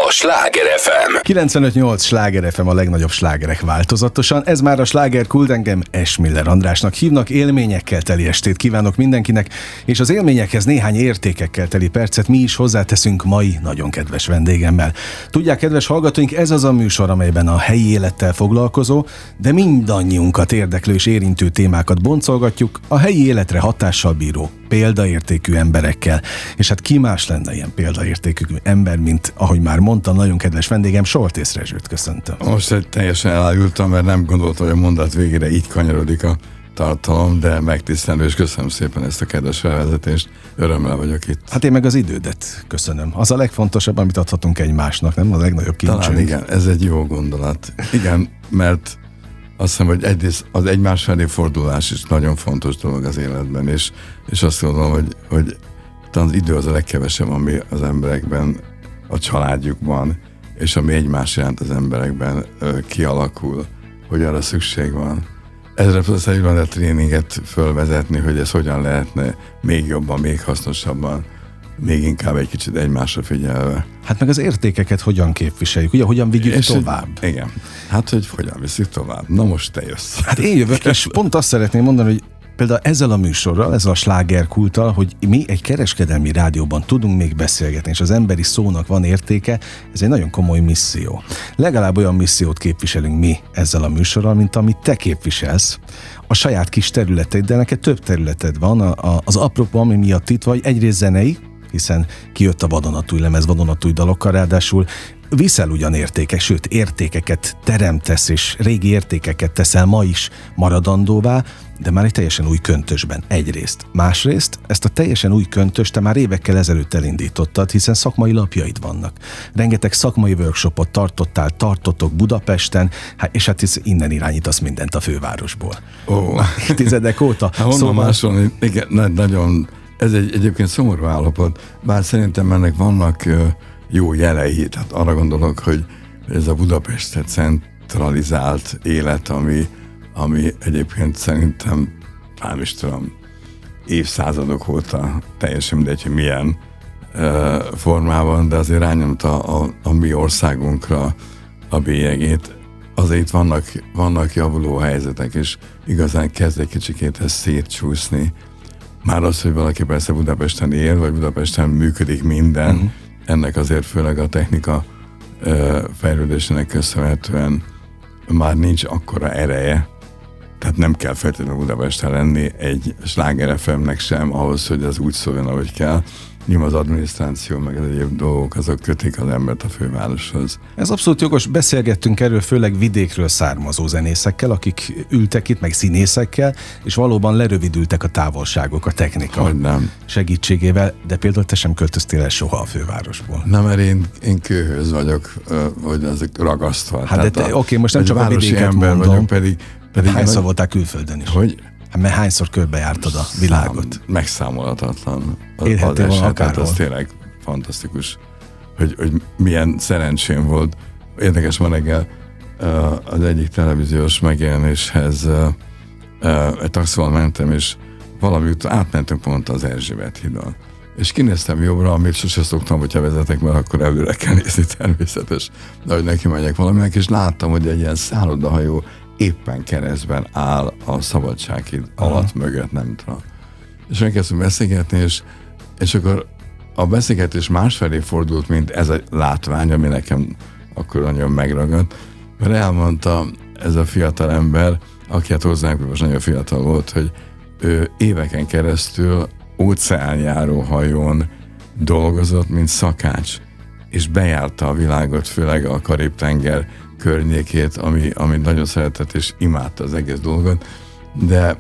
a Sláger FM. 95.8 Sláger FM, a legnagyobb slágerek változatosan. Ez már a Slágerkult, engem Esmiller Andrásnak hívnak. Élményekkel teli estét kívánok mindenkinek, és az élményekhez néhány értékekkel teli percet mi is hozzáteszünk mai nagyon kedves vendégemmel. Tudják, kedves hallgatóink, ez az a műsor, amelyben a helyi élettel foglalkozó, de mindannyiunkat érdeklő és érintő témákat boncolgatjuk a helyi életre hatással bíró, példaértékű emberekkel. És hát ki más lenne ilyen példaértékű ember, mint ahogy már mondtam, nagyon kedves vendégem, Soltész Rezsőt köszöntöm. Most teljesen elájultam, mert nem gondoltam, hogy a mondat végére így kanyarodik a tartalom, de megtisztelő, és köszönöm szépen ezt a kedves felvezetést. Örömmel vagyok itt. Hát én meg az idődet köszönöm. Az a legfontosabb, amit adhatunk egymásnak, nem? A legnagyobb kincsünk. Talán igen, ez egy jó gondolat. Igen, mert azt hiszem, hogy egyrészt az egymás felé fordulás is nagyon fontos dolog az életben, és azt gondolom, hogy talán az idő az a legkevesebb, ami az emberekben, a családjukban, és ami egymás iránt az emberekben kialakul, hogy arra szükség van. Ezre persze van a tréninget fölvezetni, hogy ez hogyan lehetne még jobban, még hasznosabban, még inkább egy kicsit egymásra figyelve. Hát meg az értékeket hogyan képviseljük, ugye, hogyan vigyük és tovább. Igen. Hát, hogy hogyan viszük tovább. Na most te jössz. Hát én jövök, és pont azt szeretném mondani, hogy például ezzel a műsorral, ezzel a Slágerkulttal, hogy mi egy kereskedelmi rádióban tudunk még beszélgetni, és az emberi szónak van értéke, ez egy nagyon komoly misszió. Legalább olyan missziót képviselünk mi ezzel a műsorral, mint amit te képviselsz a saját kis területeid, de neked több területed van, az apropó, ami miatt itt vagy, egyrészt zenei, hiszen kijött a vadonatúj lemez, vadonatúj dalokkal, ráadásul viszel ugyan értékek, sőt értékeket teremtesz, és régi értékeket teszel ma is maradandóvá, de már egy teljesen új köntösben egyrészt. Másrészt ezt a teljesen új köntöst te már évekkel ezelőtt elindítottad, hiszen szakmai lapjaid vannak. Rengeteg szakmai workshopot tartottok Budapesten, és hát innen irányítasz mindent a fővárosból. Évtizedek óta. Honnan másolni? Igen, nagyon. Ez egyébként szomorú állapot, bár szerintem ennek vannak jó jelei, tehát arra gondolok, hogy ez a Budapestet centralizált élet, ami egyébként szerintem, nem is tudom, évszázadok óta teljesen mindegy, hogy milyen formában, de azért rányomta a mi országunkra a bélyegét. Azért itt vannak javuló helyzetek, és igazán kezd egy kicsikét ezt szétcsúszni. Már az, hogy valaki persze Budapesten él, vagy Budapesten működik minden, ennek azért főleg a technika fejlődésének köszönhetően már nincs akkora ereje, tehát nem kell feltétlenül Budapesten lenni egy Sláger FM-nek sem ahhoz, hogy ez úgy szóljon, ahogy kell. Nyilván az adminisztráció, meg az egyéb dolgok, azok kötik az embert a fővároshoz. Ez abszolút jogos, beszélgettünk erről főleg vidékről származó zenészekkel, akik ültek itt, meg színészekkel, és valóban lerövidültek a távolságok a technika segítségével, de például te sem költöztél el soha a fővárosból. Nem, mert én kőhöz vagyok, hogy ezek ragasztva. Hát de oké, most nem csak a vidéket ember mondom, vagyok, pedig hányszor voltál külföldön is? Hogy? Hát mert hányszor körbejártad a világot? Megszámolhatatlan. Élhettél volna akárhol. Ez tényleg fantasztikus, hogy milyen szerencsém volt. Érdekes, ma reggel az egyik televíziós megjelenéshez egy taxival mentem, és valami után átmentünk pont az Erzsébet hídon. És kinéztem jobbra, amit sose szoktam, hogyha vezetek, mert akkor előre kell nézni, természetes. De hogy neki megyek valaminek, és láttam, hogy egy ilyen szállodahajó éppen keresztben áll a Szabadsághíd alatt mögött, nem tudom. És megkezdtünk beszélgetni, és akkor a beszélgetés másfelé fordult, mint ez a látvány, ami nekem akkor nagyon megragadt, mert elmondta ez a fiatal ember, aki hát hozzánk most nagyon fiatal volt, hogy ő éveken keresztül óceánjáró hajón dolgozott, mint szakács, és bejárta a világot, főleg a Karib-tenger környékét, ami nagyon szeretett és imádta az egész dolgot, de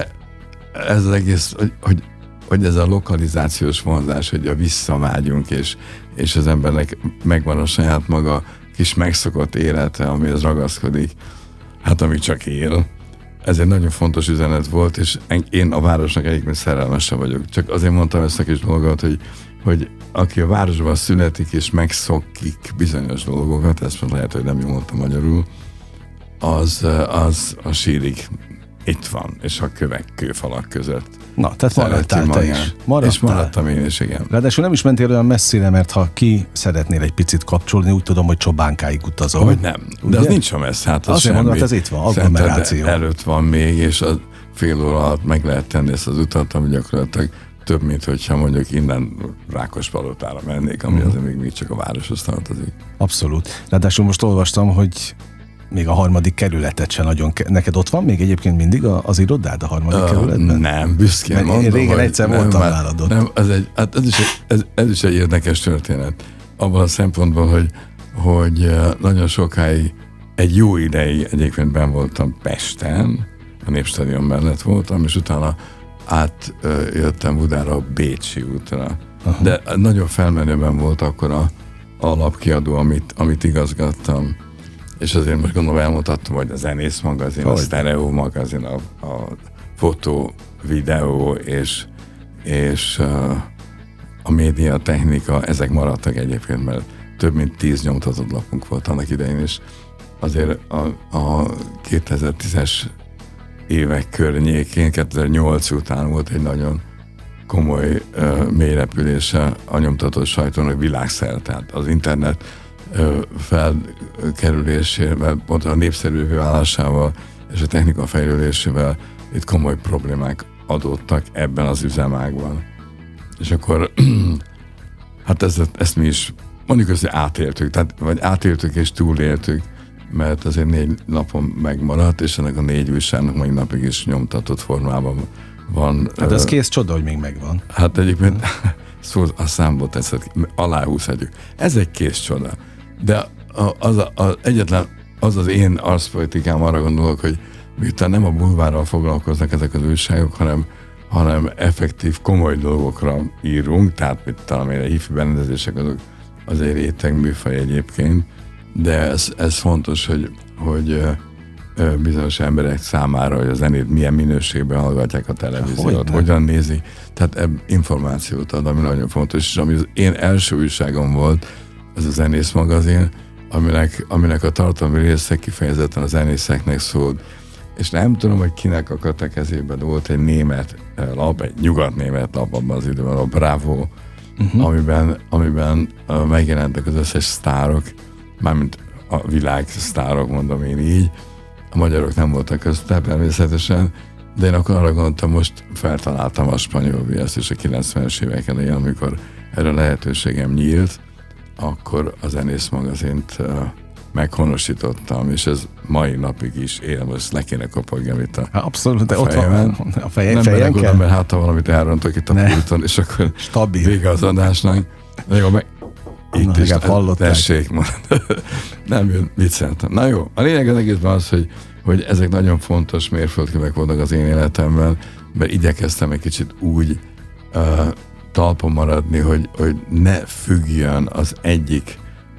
ez az egész, hogy ez a lokalizációs vonzás, hogy a visszavágyunk, és az embernek megvan a saját maga kis megszokott élete, amihez ragaszkodik, hát ami csak él. Ez egy nagyon fontos üzenet volt, és én a városnak egyébként szerelmese vagyok. Csak azért mondtam ezt a kis dolgot, hogy aki a városban születik és megszokik bizonyos dolgokat, ezt most lehet, hogy nem jól mondtam magyarul, az sírik itt van, és a kőfalak között. Na, tehát maradtál te is. És maradtam én is, igen. Ráadásul nem is mentél olyan messzire, mert ha ki szeretnél egy picit kapcsolni, úgy tudom, hogy Csobánkáig utazol. Hogy nem, de az nincs a messze, hát az azt semmi. mondom, hát ez itt van, agglomeráció. Előtt van még, és a fél óra alatt meg lehet tenni ezt az utat, ami gyakorlatilag több, mint hogyha mondjuk innen Rákospalotára mennék, ami azért még csak a városhoz tartozik. Abszolút. Ráadásul most olvastam, hogy még a 3. kerületet se nagyon... Neked ott van még egyébként mindig az irodád a 3. kerületben? Nem, büszkén mondom. Én régen egyszer voltam nálad ott. Nem, ez is egy érdekes történet. Abban a szempontból, hogy nagyon sokáig, egy jó ideig egyébként benn voltam Pesten, a Népstadion mellett voltam, és utána átjöttem Budára a Bécsi útra. Aha. De nagyon felmenőben volt akkor a lapkiadó, amit igazgattam. És azért most gondolom elmutattam, hogy a Zenész magazin, a Stereo magazin, a fotó, videó és a média technika, ezek maradtak egyébként, mert több mint 10 nyomtatott lapunk volt annak idején, és azért a 2010-es évek környékén, 2008 után volt egy nagyon komoly mélyrepülése a nyomtatott sajtónak világszerte. Tehát az internet felkerülésével, pont a népszerűvé válásával és a technika fejlődésével itt komoly problémák adódtak ebben az üzemágban. És akkor hát ezt mi is mondjuk hogy átéltük, vagy átéltük és túléltük, mert azért 4 napon megmaradt, és ennek a 4 újságnak mai napig is nyomtatott formában van. Hát ez kész csoda, hogy még megvan. Hát egyébként szó a számból tetszett, aláhúzhatjuk. Ez egy kész csoda. De egyetlen az én arszpolitikám, arra gondolok, hogy miután nem a bulvárral foglalkoznak ezek az újságok, hanem effektív, komoly dolgokra írunk, tehát mit talán a hifi berendezések azok azért réteg műfaj egyébként, de ez fontos, hogy bizonyos emberek számára, hogy a zenét milyen minőségben hallgatják a televíziót, hogyan nézi. Tehát információt ad, ami nagyon fontos, és ami az én első újságom volt, ez a Zenész magazin, aminek a tartalmi része kifejezetten a zenészeknek szólt. És nem tudom, hogy kinek akadt a kezében, de volt egy német lap, egy nyugat-német lap abban az időben, a Bravo, amiben megjelentek az összes sztárok, mármint a világ sztárok, mondom én így. A magyarok nem voltak közte természetesen, de én akkor arra gondoltam, most feltaláltam a spanyol viaszt is a 90-es évek elején, amikor erre lehetőségem nyílt, akkor a Zenész magazint meghonosítottam, és ez mai napig is él, most le kéne kopogni itt abszolút, de ott van a fejen kell? Nem, mert hát ha valamit elrontok itt a pulton, és akkor stabil. Vége az adásnak. De jó, itt is tessék, nem vicceltem. Na jó, a lényeg az egészben az, hogy ezek nagyon fontos mérföldkövek voltak az én életemben, mert igyekeztem egy kicsit úgy talpon maradni, hogy ne függjön az egyik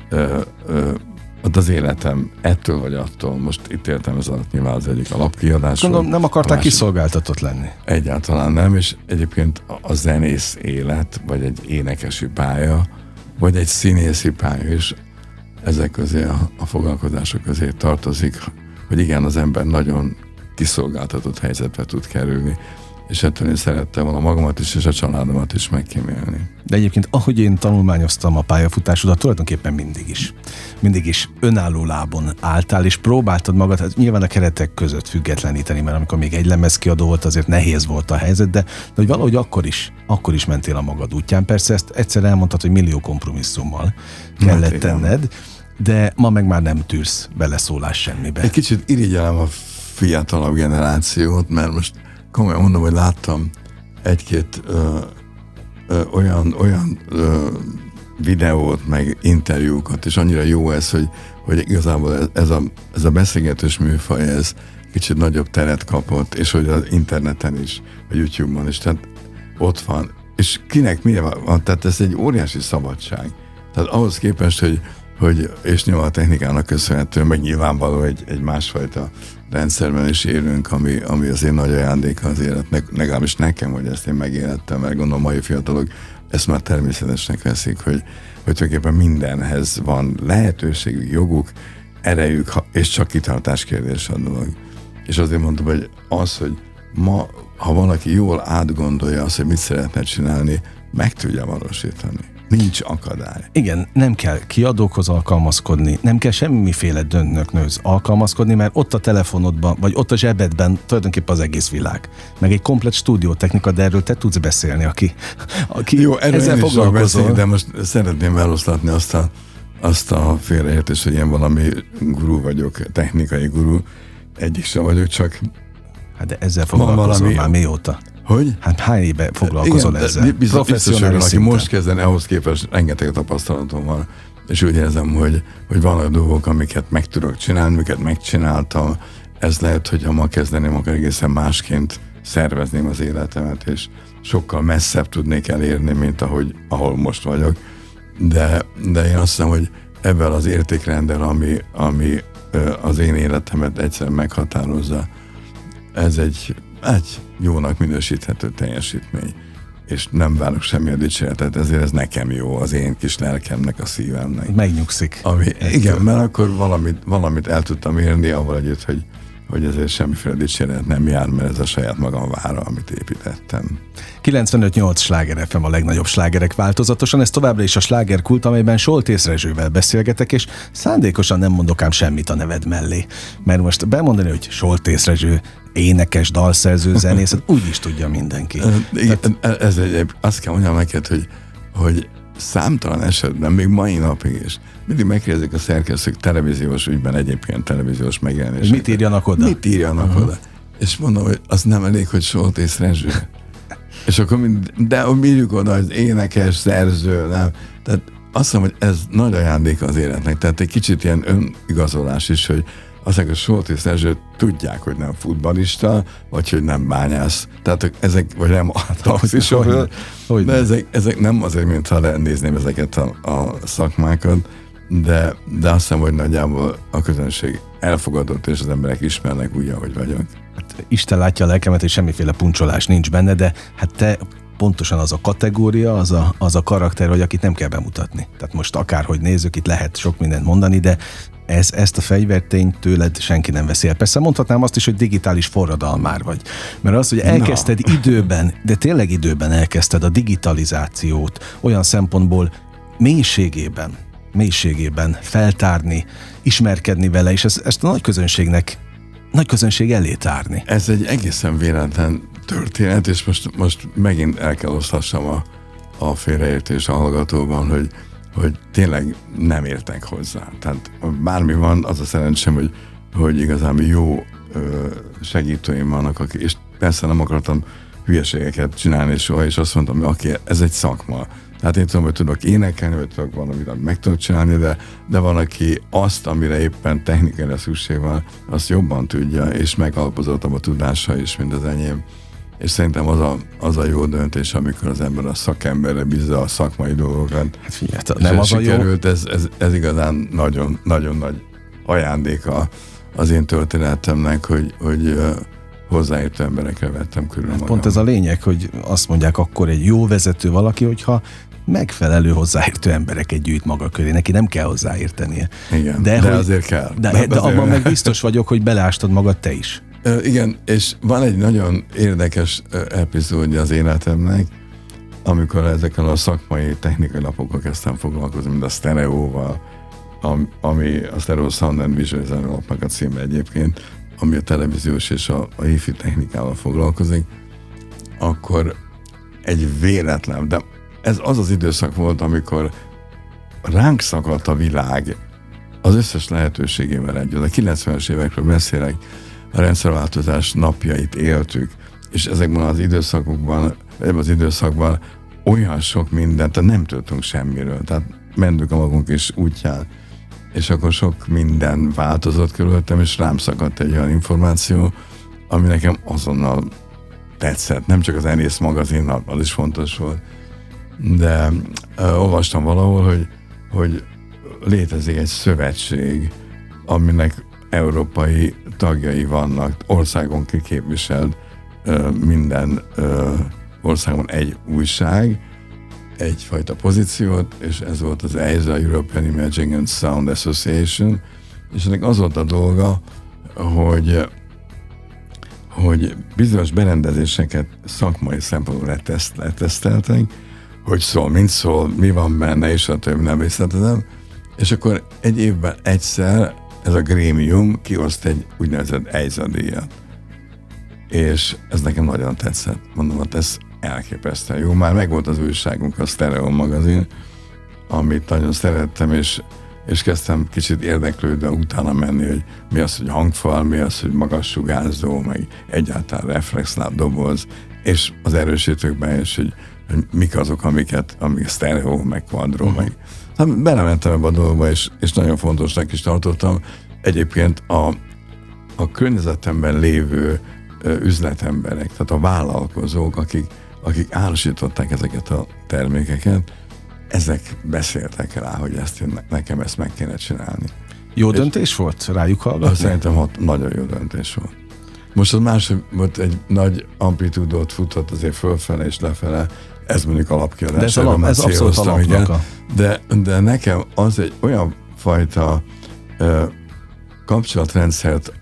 az életem ettől vagy attól. Most itt értem ez alatt nyilván az egyik a lapkiadás. Gondolom, nem akarták kiszolgáltatott lenni. Egyáltalán nem, és egyébként a zenész élet, vagy egy énekesi pálya, vagy egy színészi pálya is ezek közé a foglalkozások közé tartozik, hogy igen, az ember nagyon kiszolgáltatott helyzetbe tud kerülni, és ettől én szerettem volna magamat is, és a családomat is megkímélni. De egyébként, ahogy én tanulmányoztam a pályafutásodat, tulajdonképpen mindig is önálló lábon álltál, és próbáltad magad, hát nyilván a keretek között függetleníteni, mert amikor még egy lemezkiadó volt, azért nehéz volt a helyzet, de hogy valahogy akkor is mentél a magad útján. Persze ezt egyszer elmondtad, hogy millió kompromisszummal kellett tenned, de ma meg már nem tűrsz beleszólás semmibe. Egy kicsit irigyelem a fiatalabb generációt, mert most komolyan mondom, hogy láttam egy-két olyan videót, meg interjúkat, és annyira jó ez, hogy igazából ez a beszélgetős műfaj, ez kicsit nagyobb teret kapott, és hogy az interneten is, a YouTube-on is, tehát ott van. És kinek milyen van, tehát ez egy óriási szabadság. Tehát ahhoz képest, hogy és nyilván a technikának köszönhetően, meg nyilvánvaló egy másfajta rendszerben is élünk, ami azért nagy ajándéka az életnek, legalábbis nekem, hogy ezt én megélettem, mert gondolom mai fiatalok ezt már természetesnek veszik, hogy tulajdonképpen mindenhez van lehetőségük, joguk, erejük, és csak kitartás kérdés a dolog. És azért mondtam, hogy az, hogy ma, ha valaki jól átgondolja azt, hogy mit szeretne csinálni, meg tudja valósítani. Nincs akadály. Igen, nem kell kiadókhoz alkalmazkodni, nem kell semmiféle döntnöknőz alkalmazkodni, mert ott a telefonodban, vagy ott a zsebedben tulajdonképpen az egész világ. Meg egy komplett stúdiótechnika, de erről te tudsz beszélni, aki jó, ezzel foglalkozol. De most szeretném eloszlatni azt a félreértést, hogy én valami guru vagyok, technikai guru. Egyik sem vagyok, csak hát de ezzel foglalkozol már mióta? Hogy? Hát hány éve foglalkozol ezzel? Biztos, hogy aki most kezden, ahhoz képest rengeteg tapasztalatom van, és úgy érzem, hogy vannak dolgok, amiket meg tudok csinálni, amiket megcsináltam. Ez lehet, hogy ha ma kezdeném, akkor egészen másként szervezném az életemet, és sokkal messzebb tudnék elérni, mint ahol most vagyok. De én azt hiszem, hogy ebben az értékrenddel, ami az én életemet egyszerűen meghatározza, ez egy jónak minősíthető teljesítmény, és nem várok semmilyen dicséretet, ezért ez nekem jó, az én kis lelkemnek, a szívemnek. Megnyugszik. Igen, mert akkor valamit el tudtam érni, avval együtt, hogy ezért semmiféle dicséret nem jár, mert ez a saját magam vára, amit építettem. 95.8 Sláger FM a legnagyobb slágerek változatosan, ez továbbra is a slágerkult, amelyben Soltész Rezsővel beszélgetek, és szándékosan nem mondok ám semmit a neved mellé. Mert most bemondani, hogy Soltész Rezső énekes, dalszerző, zenész, úgy is tudja mindenki. Ez azt kell mondjam neked, hogy számtalan esetben, még mai napig is, mindig megkérdezik a szerkesztők televíziós ügyben, egyébként televíziós megjelenések. Mit írjanak oda? Mit írjanak oda? És mondom, hogy az nem elég, hogy Soltész Rezső. És akkor de mi írjuk oda, hogy énekes, szerző, nem? Tehát azt mondom, hogy ez nagy ajándék az életnek. Tehát egy kicsit ilyen önigazolás is, hogy aztán a Soltész Rezső tudják, hogy nem futballista, vagy hogy nem bányász. Tehát ezek, vagy nem a taxisofőr, de ezek nem azért, mintha lenézném ezeket a szakmákat, de azt hiszem, hogy nagyjából a közönség elfogadott, és az emberek ismernek úgy, ahogy vagyok. Hát Isten látja a lelkemet, és semmiféle puncsolás nincs benne, de hát te pontosan az a kategória, az a karakter, hogy akit nem kell bemutatni. Tehát most akárhogy nézzük, itt lehet sok mindent mondani, de ezt a fegyvertényt tőled senki nem veszi el. Persze mondhatnám azt is, hogy digitális forradalmár vagy. Mert az, hogy elkezdted időben, de tényleg időben elkezdted a digitalizációt olyan szempontból mélységében feltárni, ismerkedni vele, és ezt a nagy közönség elé tárni. Ez egy egészen véletlen történet, és most megint el kell osztassam a félreértés a hallgatóban, hogy tényleg nem értek hozzá. Tehát bármi van, az a szerencsém, hogy igazán jó segítőim vannak, és persze nem akartam hülyeségeket csinálni soha, és azt mondtam, hogy ez egy szakma. Tehát én tudom, hogy tudok énekelni, vagy tudok valamit, amit meg tudok csinálni, de van, aki azt, amire éppen technikai szükség van, azt jobban tudja, és megalapozottabb a tudása is, mint az enyém. És szerintem az a jó döntés, amikor az ember a szakemberre bízza a szakmai dolgokat. Hát figyelj, nem az sikerült, ez igazán nagyon, nagyon nagy ajándéka az én történetemnek, hogy hozzáértő emberekre vettem körül magam. Pont ez a lényeg, hogy azt mondják akkor egy jó vezető valaki, hogyha megfelelő hozzáértő embereket gyűjt maga köré. Neki nem kell hozzáértenie. Igen, de azért kell. De abban meg biztos vagyok, hogy beleástad magad te is. Igen, és van egy nagyon érdekes epizódja az életemnek, amikor ezekkel a szakmai technikai lapokkal kezdtem foglalkozni, mint a sztereóval, ami a Stereo Sound and Visual lapnak a címe egyébként, ami a televíziós és a hi-fi technikával foglalkozik, akkor egy véletlen, de ez az időszak volt, amikor ránk szakadt a világ az összes lehetőségével együtt. A 90-es évekről beszélek, a rendszerváltozás napjait éltük, és ezekben az időszakban olyan sok mindent, nem tudtunk semmiről, tehát mentünk a magunk is útján, és akkor sok minden változott körülöttem, és rám szakadt egy olyan információ, ami nekem azonnal tetszett. Nem csak az Enész magazin, az is fontos volt, de olvastam valahol, hogy létezik egy szövetség, aminek európai tagjai vannak, országon kiképviselt minden országban egy újság, egyfajta pozíciót, és ez volt az EISA, European Imaging and Sound Association, és ennek az volt a dolga, hogy hogy bizonyos berendezéseket szakmai szempontból leteszteltek, hogy szól, mint szól, mi van benne, és a több nem részletezem, és akkor egy évben egyszer ez a grémium kioszt egy úgynevezett EIZA-díjat. És ez nekem nagyon tetszett. Mondom, hogy ez elképesztően jó. Már megvolt az újságunk, a Stereo magazin, amit nagyon szerettem, és kezdtem kicsit érdeklődve utána menni, hogy mi az, hogy hangfal, mi az, hogy magas sugárzó, meg egyáltalán reflexlábdoboz, és az erősítőkben is, hogy mik azok, amik sztereó, meg quadro, meg. Hát belementem ebbe a dologba, és nagyon fontosnak is tartottam. Egyébként a környezetemben lévő üzletemberek, tehát a vállalkozók, akik árusították ezeket a termékeket, ezek beszéltek rá, hogy nekem ezt meg kéne csinálni. Jó döntés volt rájuk hallgatni? Szerintem nagyon jó döntés volt. Most az más, volt egy nagy amplitúdót futott azért fölfele és lefele, ez mondjuk alapkiadás. De ez abszolút alapnak. De nekem az egy olyan fajta kapcsolatrendszert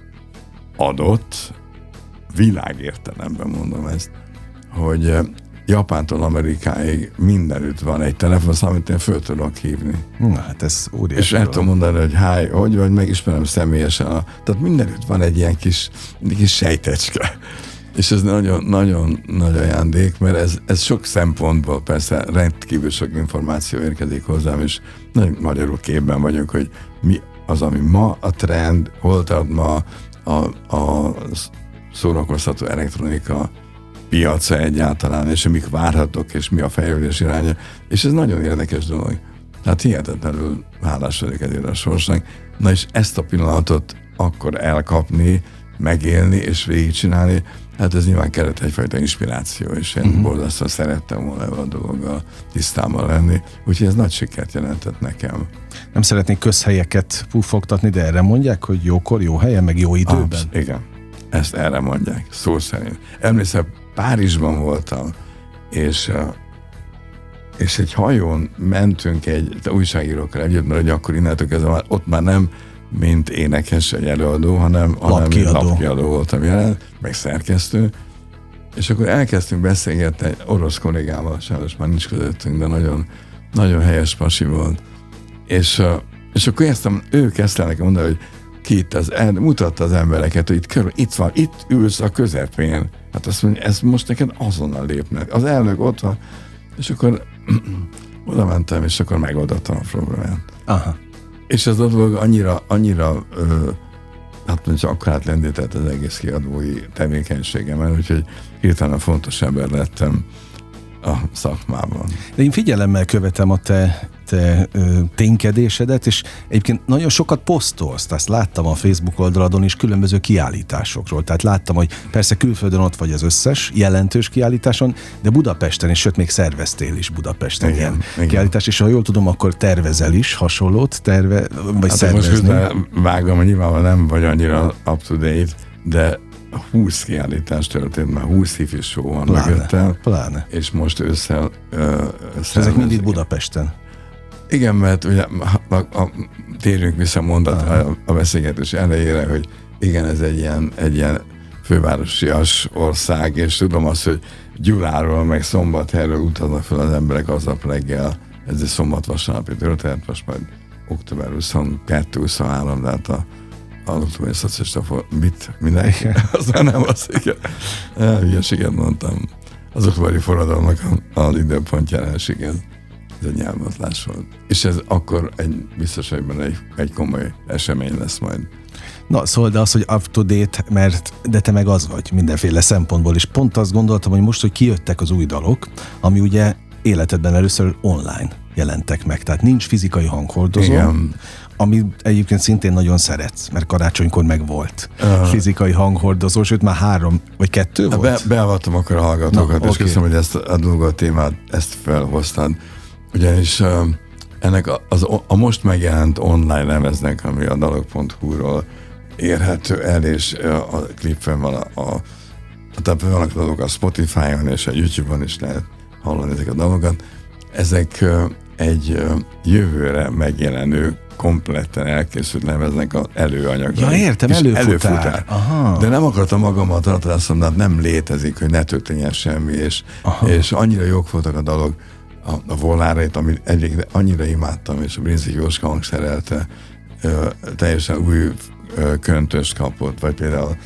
adott, világértelemben mondom ezt, hogy Japántól Amerikáig mindenütt van egy telefonszám, amit én föl tudok hívni. Na, hát ez óriási. És el tudom mondani, hogy hi, hogy vagy, megismerem személyesen. Tehát mindenütt van egy ilyen kis sejtecske. És ez nagyon, nagyon nagy ajándék, mert ez sok szempontból persze rendkívül sok információ érkezik hozzám, és nagyon magyarul képben vagyok, hogy mi az, ami ma a trend, hol tart ma a szórakoztató elektronika piaca egyáltalán, és mik várhatok, és mi a fejlődés iránya. És ez nagyon érdekes dolog. Tehát hihetetlenül hálás vagyok ezért a sorsnak. Na és ezt a pillanatot akkor elkapni, megélni és végigcsinálni, hát ez nyilván kellett egyfajta inspiráció, és én borzasztóan szerettem volna ebben a dologgal tisztában lenni, úgyhogy ez nagy sikert jelentett nekem. Nem szeretnék közhelyeket puffogtatni, de erre mondják, hogy jókor, jó helyen, meg jó időben? Igen, ezt erre mondják, szó szerint. Emlékszem, Párizsban voltam, és egy hajón mentünk egy újságírókkal együtt, mert akkor innentől kezdve ott már nem mint énekes, egy előadó, hanem lapkiadó voltam jelen, meg szerkesztő, és akkor elkezdtünk beszélgetni egy orosz kollégával, sajnos már nincs közöttünk, de nagyon, nagyon helyes pasi volt. És akkor ő kezdte nekem mondani, hogy mutatta az embereket, hogy itt ülsz a közepén. Hát azt mondja, ez most neked azonnal lépnek. Az elnök ott van, és akkor oda mentem, és akkor megoldottam a problémát. Aha. És ez a dolog annyira hát mondjuk akkorát lendített az egész kiadói tevékenységemen, úgyhogy hirtelen fontos ember lettem a szakmában. De én figyelemmel követem a te ténykedésedet, és egyébként nagyon sokat posztolsz, azt láttam a Facebook oldaladon is különböző kiállításokról, tehát láttam, hogy persze külföldön ott vagy az összes jelentős kiállításon, de Budapesten is, sőt még szerveztél is Budapesten ilyen kiállítás, és ha jól tudom, akkor tervezel is hasonlót, vagy szervezni. Most vágom, hogy nyilvánvalóan nem vagy annyira up to date, de 20 kiállítás történt, már 20 hifi show van mögöttem, és most ősszel ezek mind itt Budapesten. Igen, mert ugye térjünk vissza a beszélgetés elejére, hogy igen, ez egy ilyen fővárosias ország, és tudom azt, hogy Gyuláról, meg Szombathelyről utaznak fel az emberek aznap reggel, ez egy szombat-vasárnapi történet, most majd október 22-23, de hát az októberi szocialista mindenki, az már nem az, igen. Hülyeséget mondtam. Az októberi forradalomnak az időpontjára esik ez egy nyelvatlás volt. És ez akkor biztos, hogy egy komoly esemény lesz majd. Na, szóval de az, hogy up to date, de te meg az vagy mindenféle szempontból, és pont azt gondoltam, hogy most, hogy kijöttek az új dalok, ami ugye életedben először online jelentek meg, tehát nincs fizikai hanghordozó, ami egyébként szintén nagyon szeretsz, mert karácsonykor meg volt fizikai hanghordozó, sőt már 3 vagy 2 volt? Beavattam akkor a hallgatókat, és köszönöm, hogy ezt a dolgot, témát, ezt felhoztad. Ugyanis ennek a most megjelent online lemeznek, ami a dalok.hu-ról érhető el, és a klipben van tehát vannak a dalok a Spotify-on és a YouTube-on is lehet hallani ezek a dalokat. Ezek egy jövőre megjelenő kompletten elkészült lemeznek az előanyaga. Ja, értem, előfutár. Aha. De nem akartam magamat tartani, azt mondom, nem létezik, hogy ne történjen semmi, és annyira jók voltak a dalok, a Volárét, amit annyira imádtam, és a Brinzik Jóska hangszerelte, teljesen új köntöst kapott, vagy például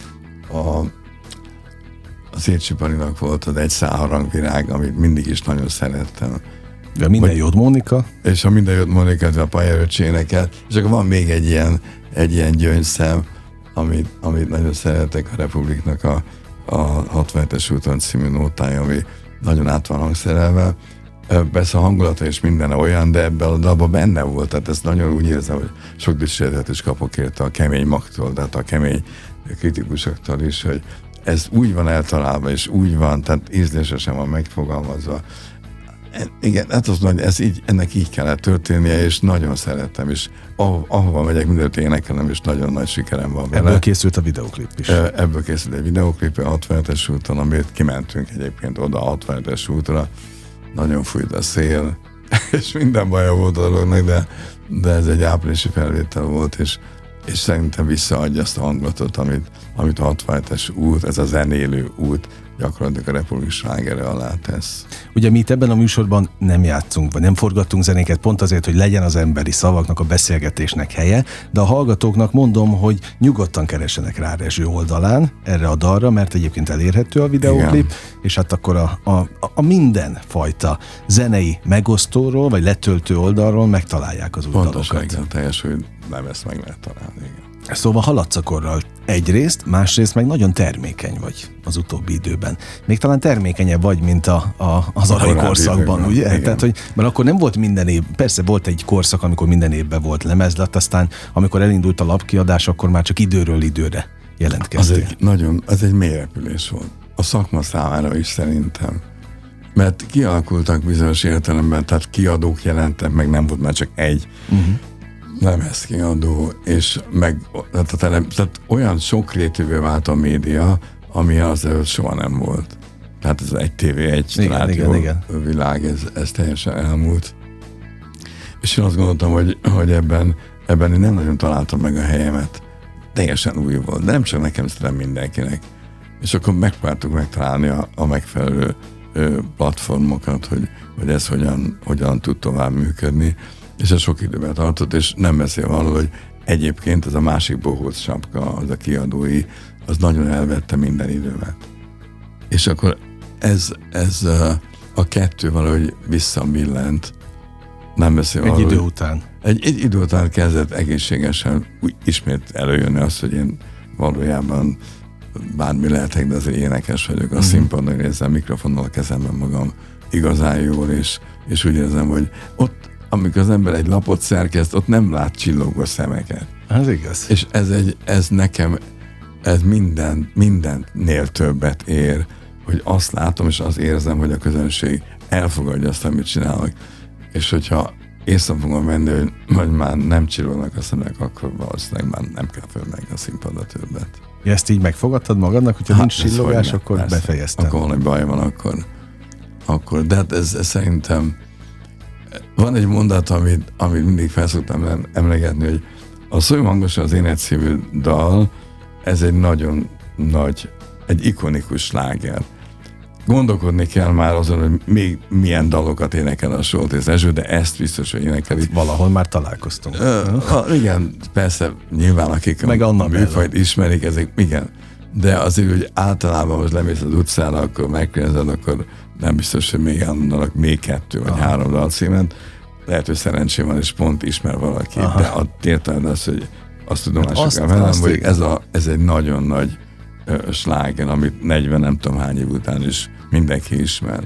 a Szécsi-Palinak volt az Egy szál harangvirág, amit mindig is nagyon szerettem. De Minden jót Mónika. És a Minden jót Mónika, a Pajeröcs énekelt, és akkor van még egy ilyen gyöngyszem, amit nagyon szeretek, a Republiknak a 67-es úton című nótája, ami nagyon át van hangszerelve. Persze a hangulata és minden olyan, de ebben a dalban benne volt, tehát ezt nagyon úgy érzem, hogy sok dicséretet is kapok érte a kemény magtól, tehát a kemény kritikusoktól is, hogy ez úgy van eltalálva, és úgy van, tehát ízlésesen van megfogalmazva. Igen, hát az nagy, ennek így kellett történnie, és nagyon szerettem, és ahova megyek, mindent énekelem, és nagyon nagy sikerem van vele. Ebből készült a videoklip is. Ebből készült egy videoklip a 67-es úton, amit kimentünk egyébként oda a 67-es útra, nagyon fújt a szél, és minden baja volt a dolognak, de ez egy áprilisi felvétel volt, és szerintem visszaadja azt a hangulatot, amit a 67-es út, ez a zenélő út gyakorlatilag a Republik slágere alá tesz. Ugye mi itt ebben a műsorban nem játszunk, vagy nem forgattunk zenéket pont azért, hogy legyen az emberi szavaknak, a beszélgetésnek helye, de a hallgatóknak mondom, hogy nyugodtan keresenek rá Rezső oldalán erre a dalra, mert egyébként elérhető a videóklip, igen. És hát akkor a mindenfajta zenei megosztóról, vagy letöltő oldalról megtalálják az új dalokat. Pontosan, teljes, hogy nem ezt meg lehet találni, igen. Szóval haladsz a korral egyrészt, másrészt meg nagyon termékeny vagy az utóbbi időben. Még talán termékenyebb vagy, mint az arany korszakban, ugye? Igen. Tehát, hogy, mert akkor nem volt minden év, persze volt egy korszak, amikor minden évben volt lemezlet, aztán amikor elindult a lapkiadás, akkor már csak időről időre jelentkeztél. Az egy mély repülés volt. A szakma számára is szerintem. Mert kialakultak bizonyos értelemben, tehát kiadók jelentek, meg nem volt már csak egy. Lemezkiadó, és tehát olyan sokrétűvé vált a média, ami az előtt soha nem volt. Tehát ez egy tévé, egy rádió világ, ez teljesen elmúlt. És én azt gondoltam, hogy ebben én nem nagyon találtam meg a helyemet. Teljesen új volt, de nem csak nekem, szerintem mindenkinek. És akkor megpróbáltuk megtalálni a megfelelő platformokat, hogy ez hogyan tud tovább működni. És ez sok időben tartott, és nem beszél arról, hogy egyébként ez a másik bohóc sapka, az a kiadói, az nagyon elvette minden időmet. És akkor ez a kettő valahogy visszamillent, nem beszél arról. Egy idő után. Egy idő után kezdett egészségesen úgy ismét előjönni az, hogy én valójában bármi lehetek, de azért énekes vagyok. A színpadon érzem, mikrofonnal a kezemben magam igazán jól, és úgy érzem, hogy ott amikor az ember egy lapot szerkeszt, ott nem lát csillogó szemeket. Ez igaz. És ez nekem mindennél többet ér, hogy azt látom, és azt érzem, hogy a közönség elfogadja azt, amit csinálok. És hogyha észre fogom menni, hogy már nem csillognak a szemek, akkor valószínűleg már nem kell fölmenni a színpadra többet. Ezt így megfogadtad magadnak, hogyha nincs csillogás, akkor befejeztem. Akkor valami baj van, akkor. De hát ez szerintem van egy mondat, amit mindig felszoktam emlegetni, hogy a Szóljon hangosan az ének című dal, ez egy nagyon nagy, egy ikonikus sláger. Gondolkodni kell már azon, hogy még milyen dalokat énekel a Soltész Erzső, de ezt biztos, hogy énekeli. Valahol már találkoztunk. Igen, persze, nyilván akik a műfajt ismerik, ezek, igen. De azért, hogy általában most lemész az utcára, akkor megkérdezed, akkor nem biztos, hogy még elmondanak még 2 vagy 3 dalcímet. Lehet, hogy szerencsém van, és pont ismer valaki. De a értelmed az, hogy azt tudomásul kell velem, hogy ez egy nagyon nagy sláger, amit 40 nem tudom hány év után is mindenki ismer.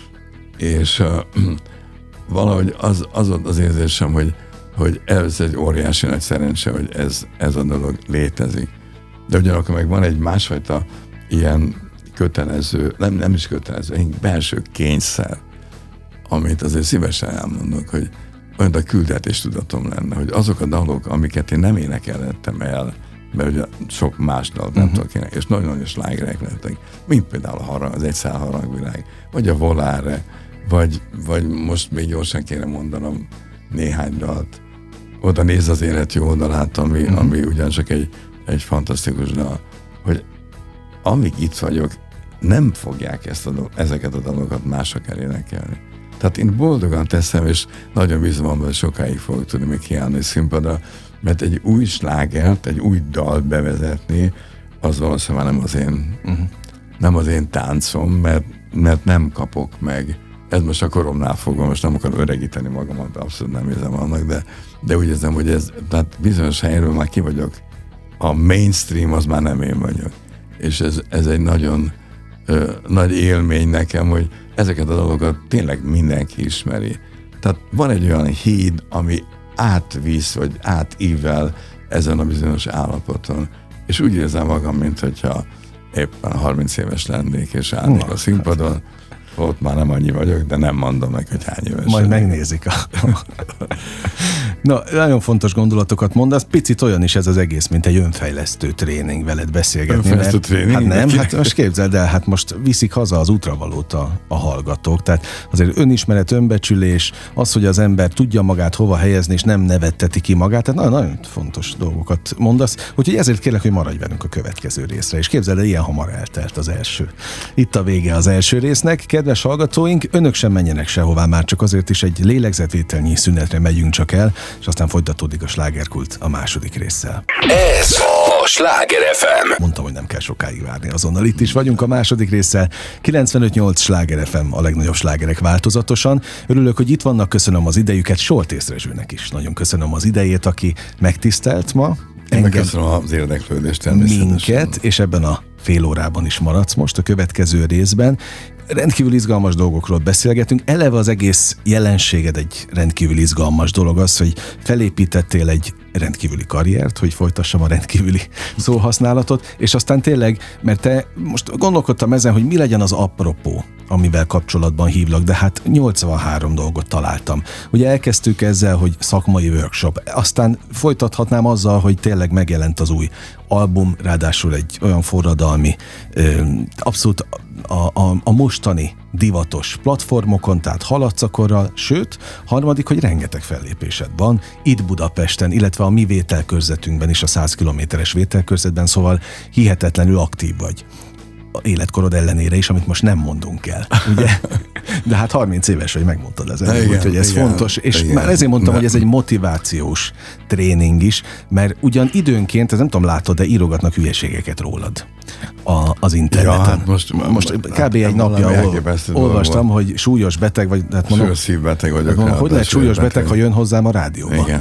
És valahogy az volt az érzésem, hogy ez egy óriási nagy szerencse, hogy ez a dolog létezik. De ugyanakkor meg van egy másfajta ilyen kötelező, nem is kötelező, belső kényszer, amit azért szívesen elmondok, hogy olyan a küldetéstudatom lenne, hogy azok a dalok, amiket én nem énekelhettem el, mert ugye sok más dalt nem tudok énekelni, és nagyon-nagyon slágerek lettek, mint például az Egy szál harangvirág, vagy a Volare, vagy most még gyorsan kéne mondanom néhány dalt, oda néz az élet jó oldalát, ami ugyancsak egy fantasztikus dal, hogy amíg itt vagyok, nem fogják ezeket a dalokat mások el énekelni. Tehát én boldogan teszem, és nagyon bízom abban, hogy sokáig fogok tudni még kiállni színpadra, mert egy új slágert, egy új dalt bevezetni, az valószínűleg nem az én táncom, mert nem kapok meg. Ez most a koromnál fogom, most nem akarom öregíteni magamat, abszolút nem érzem annak, de úgy érzem, hogy tehát bizonyos helyről már ki vagyok. A mainstream az már nem én vagyok. És ez egy nagyon nagy élmény nekem, hogy ezeket a dolgokat tényleg mindenki ismeri. Tehát van egy olyan híd, ami átvisz, vagy átível ezen a bizonyos állapoton. És úgy érzem magam, mint hogyha éppen 30 éves lennék, és állnék a színpadon. Ott már nem annyi vagyok, de nem mondom meg, hogy hány éves. Majd megnézik. Na, nagyon fontos gondolatokat mondasz. Picit olyan is ez az egész, mint egy önfejlesztő tréning veled beszélgetni. Önfejlesztő tréning? Hát nem, hát most képzeld el, hát most viszik haza az útravalót a hallgatók. Tehát azért önismeret, önbecsülés, az, hogy az ember tudja magát hova helyezni, és nem nevetteti ki magát. Tehát nagyon fontos dolgokat mondasz. Úgyhogy ezért kérlek, hogy maradj velünk a következő részre. És képzeld el, ilyen hamar eltelt az első. Itt a vége az első résznek. Kedves hallgatóink, önök sem menjenek sehová, már csak azért is egy lélegzetvételnyi szünetre megyünk csak el, és aztán folytatódik a slágerkult a második résszel. Ez a Sláger FM. Mondtam, hogy nem kell sokáig várni, azonnal itt is vagyunk a második résszel. 95.8 Sláger FM, a legnagyobb slágerek változatosan. Örülök, hogy itt vannak, köszönöm az idejüket, Soltész Rezsőnek is. Nagyon köszönöm az idejét, aki megtisztelt ma. Engem, köszönöm az érdeklődést természetesen. Minket, és ebben a fél órában is maradsz most a következő részben. Rendkívül izgalmas dolgokról beszélgetünk. Eleve az egész jelenséged egy rendkívül izgalmas dolog az, hogy felépítettél egy rendkívüli karriert, hogy folytassam a rendkívüli szóhasználatot, és aztán tényleg, mert te most gondolkodtam ezen, hogy mi legyen az apropó, amivel kapcsolatban hívlak, de hát 83 dolgot találtam. Ugye elkezdtük ezzel, hogy szakmai workshop, aztán folytathatnám azzal, hogy tényleg megjelent az új album, ráadásul egy olyan forradalmi, abszolút a mostani divatos platformokon, tehát haladsz a korral, sőt, harmadik, hogy rengeteg fellépésed van itt Budapesten, illetve a mi vételkörzetünkben is, a 100 kilométeres vételkörzetben, szóval hihetetlenül aktív vagy. Életkorod ellenére is, amit most nem mondunk el, ugye? De hát 30 éves vagy, megmondtad az előbb, úgyhogy ez fontos, és igen, már ezért mondtam, hogy ez egy motivációs tréning is, mert ugyan időnként, ez nem tudom, látod, de írogatnak hülyeségeket rólad az interneten. Ja, hát most kb. Egy napja olvastam, hogy súlyos beteg vagy. Hát mondom, súlyos szívbeteg vagyok. Mondom, hogy lehet súlyos beteg, ha jön hozzám a rádióba? Igen.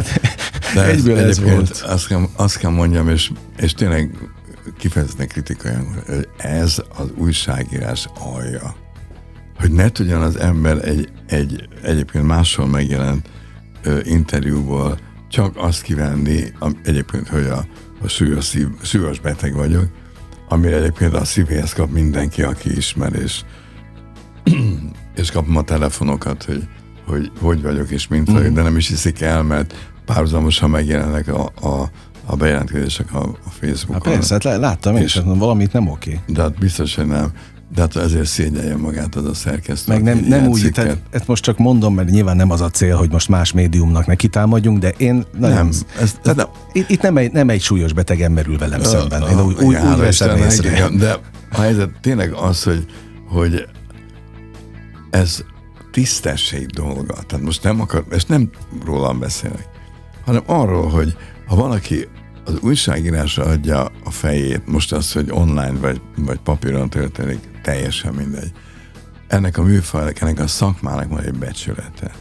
De egyből ez volt. Azt kell mondjam, és tényleg kifejezetten kritikai, hogy ez az újságírás alja. Hogy ne tudjon az ember egy egyébként máshol megjelent interjúból csak azt kivenni, egyébként, hogy a súlyos beteg vagyok, amire egyébként a szívéhez kap mindenki, aki ismer, és kapom a telefonokat, hogy vagyok és mint vagyok, de nem is hiszik el, mert párhuzamosan megjelennek a bejelentkezések a Facebookon. Hát persze, hát láttam én is, valamit nem oké. De hát biztos, hogy nem. De hát ezért szégyelje magát az a szerkesztő. Meg nem úgy, ezt most csak mondom, mert nyilván nem az a cél, hogy most más médiumnak neki támadjunk, de én itt nem egy súlyos betegen merül velem szemben. Én úgy veszem észre. Igen, de a helyzet tényleg az, hogy ez tisztesség dolga. Tehát most és nem rólam beszélek, hanem arról, hogy ha valaki az újságírásra adja a fejét, most az, hogy online vagy papíron történik, teljesen mindegy. Ennek a műfajnak, ennek a szakmának van egy becsülete.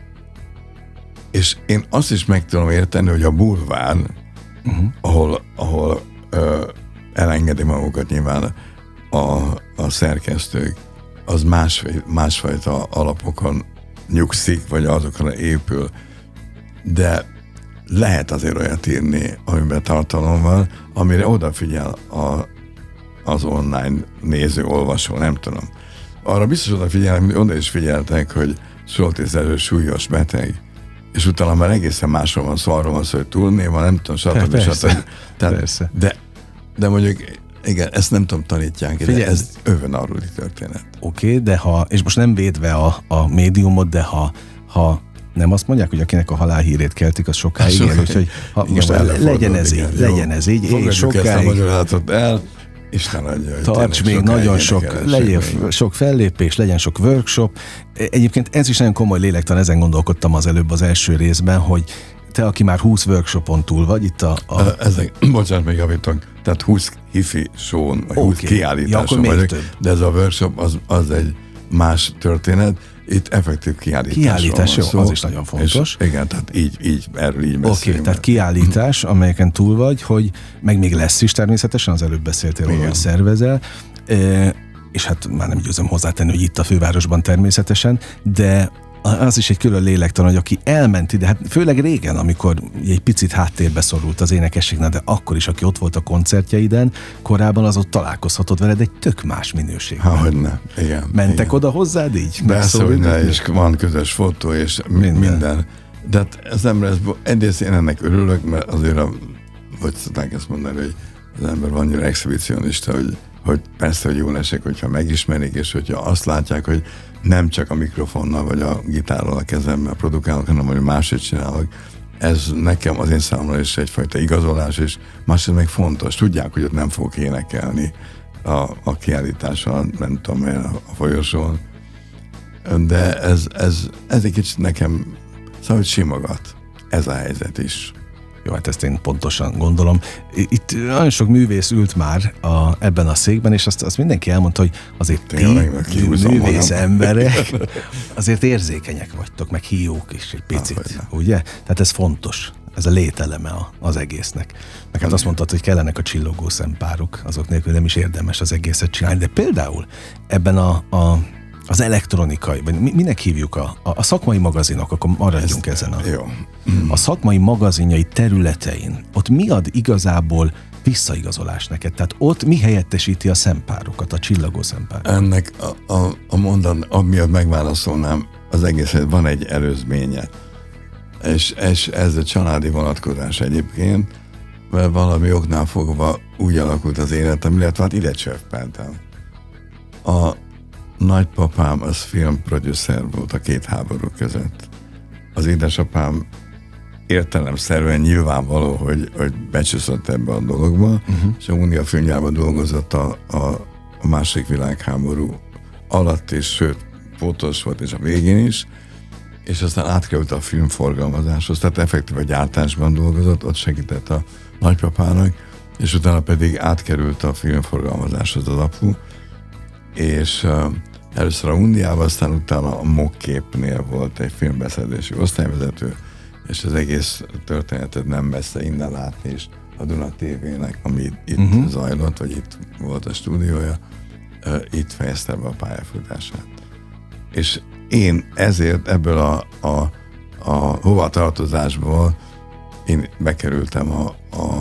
És én azt is meg tudom érteni, hogy a bulvár, ahol elengedi magukat nyilván a szerkesztők, az másfajta alapokon nyugszik, vagy azokra épül. De lehet azért olyat írni, amiben tartalom van, amire odafigyel az online néző, olvasó, nem tudom. Arra biztos odafigyelnek, oda is figyeltek, hogy Soltész Rezső súlyos beteg, és utána már egészen másról van szó, arról van szó, hogy túlnéva, nem tudom, stb. Persze. De mondjuk, igen, ezt nem tudom, tanítják, de ez övön-arruli történet. Oké, de és most nem védve a médiumot, de ha nem azt mondják, hogy akinek a halálhírét keltik, az sokáig él, úgyhogy legyen ez így, legyen ez így. Fogadjuk ezt a magyarázatot el, Isten adja, hogy tarts még nagyon sok, legyen sok fellépés, legyen sok workshop. Egyébként ez is nagyon komoly lélektan, ezen gondolkodtam az előbb az első részben, hogy te, aki már 20 workshopon túl vagy, itt bocsánat, még javítok, tehát 20 hifi show-n, vagy 20 kiállításon vagyok, de ez a workshop az egy más történet. Itt effektív kiállítás jó, az is nagyon fontos. És igen, tehát erről így beszélünk. Oké, tehát kiállítás, amelyeken túl vagy, hogy meg még lesz is természetesen, az előbb beszéltél róla, hogy szervezel, és hát már nem győzöm hozzátenni, hogy itt a fővárosban természetesen, de az is egy külön lélektan, hogy aki elment ide, hát főleg régen, amikor egy picit háttérbe szorult az énekességnek, de akkor is, aki ott volt a koncertjeiden, korábban az ott találkozhatod veled egy tök más minőségben. Hogyne, igen. Mentek igen. oda hozzád így? Persze, hogy ne, és van közös fotó, és minden. De hát az ember, egyrészt én ennek örülök, mert azért, hogy szokták ezt mondani, hogy az ember van annyira exhibicionista, hogy persze, hogy jól esik, hogyha megismerik, és hogyha azt látják, hogy nem csak a mikrofonnal vagy a gitárral a kezemmel produkálok, hanem hogy máshogy csinálok. Ez nekem az én számomra is egyfajta igazolás, és másrészt meg fontos. Tudják, hogy ott nem fogok énekelni a kiállításon, nem tudom én, a folyosón. De ez egy kicsit nekem szóval, hogy simogat. Ez a helyzet is. Jó, hát ezt én pontosan gondolom. Itt nagyon sok művész ült már ebben a székben, és azt mindenki elmondta, hogy azért ti művész emberek azért érzékenyek vagytok, meg híjók is egy picit, ugye? Tehát ez fontos, ez a lételeme az egésznek. Meg hát azt mondtad, hogy kellenek a csillogó szempárok, azok nélkül nem is érdemes az egészet csinálni, de például ebben az elektronikai, vagy minek hívjuk a szakmai magazinok, akkor maradjunk ezen a szakmai magazinjai területein, ott mi ad igazából visszaigazolás neked? Tehát ott mi helyettesíti a szempárokat, a csillagó szempárokat? Ennek a mondat, amiatt megválaszolnám, az egészet van egy előzménye. És ez a családi vonatkozás egyébként, mert valami oknál fogva úgy alakult az életem, illetve hát ide csöppeltem. A nagypapám az filmproducer volt a két háború között. Az édesapám értelemszerűen nyilvánvaló, hogy becsúszott ebbe a dologba, és a Unia filmgyárban dolgozott a második világháború alatt, és sőt, fotós volt, és a végén is, és aztán átkerült a filmforgalmazáshoz, tehát effektív a gyártásban dolgozott, ott segített a nagypapának, és utána pedig átkerült a filmforgalmazáshoz az apu, és először a Undiában, aztán utána a Mokképnél volt egy filmbeszerzési osztályvezető, és az egész történetet nem messze innen látni is a Duna TV-nek, ami itt zajlott, vagy itt volt a stúdiója, itt fejezte be a pályafutását. És én ezért ebből a hovatartozásból én bekerültem a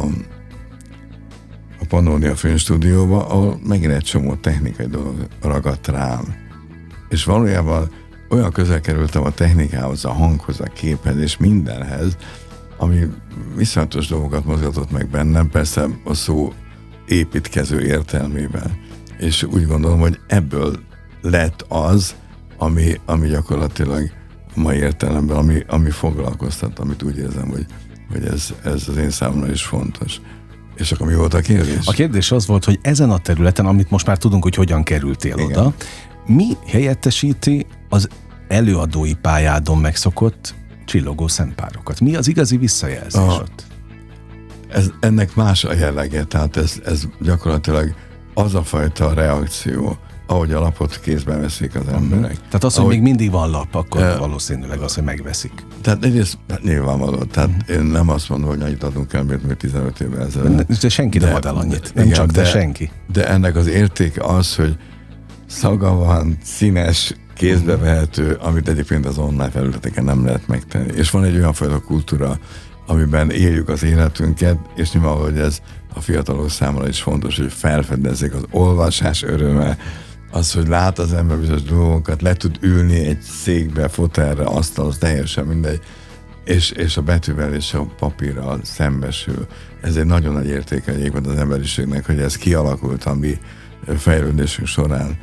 Pannonia filmstúdióba, ahol megint egy csomó technikai dolog ragadt rám. És valójában olyan közel kerültem a technikához, a hanghoz, a képhez és mindenhez, ami viszonyatos dolgokat mozgatott meg bennem, persze a szó építkező értelmében. És úgy gondolom, hogy ebből lett az, ami gyakorlatilag mai értelemben, ami foglalkoztat, amit úgy érzem, hogy ez az én számomra is fontos. És akkor mi volt a kérdés? A kérdés az volt, hogy ezen a területen, amit most már tudunk, hogy hogyan kerültél oda, mi helyettesíti az előadói pályádon megszokott csillogó szempárokat? Mi az igazi visszajelzés ott? Ennek más a jellege, tehát ez gyakorlatilag az a fajta reakció, ahogy a lapot kézben veszik az emberek. Tehát az, hogy még mindig van lap, akkor valószínűleg az, hogy megveszik. Tehát egyrészt nyilvánvaló. Tehát én nem azt mondom, hogy annyit adunk el, mint 15 évvel ezelőtt. De senki nem ad el annyit. Nem igen, csak de senki. De ennek az értéke az, hogy szaga van, színes, kézbe vehető, amit egyébként az online felületeken nem lehet megtenni. És van egy olyan fajta kultúra, amiben éljük az életünket, és nyilvánvaló, hogy ez a fiatalok számára is fontos, hogy felfedezzék az olvasás öröme, az, hogy lát az ember bizonyos dolgokat, le tud ülni egy székbe, fotelre, asztalhoz, teljesen mindegy, és a betűvel és a papírral szembesül. Ez egy nagyon nagy értéke egyébként az emberiségnek, hogy ez kialakult a mi fejlődésünk során.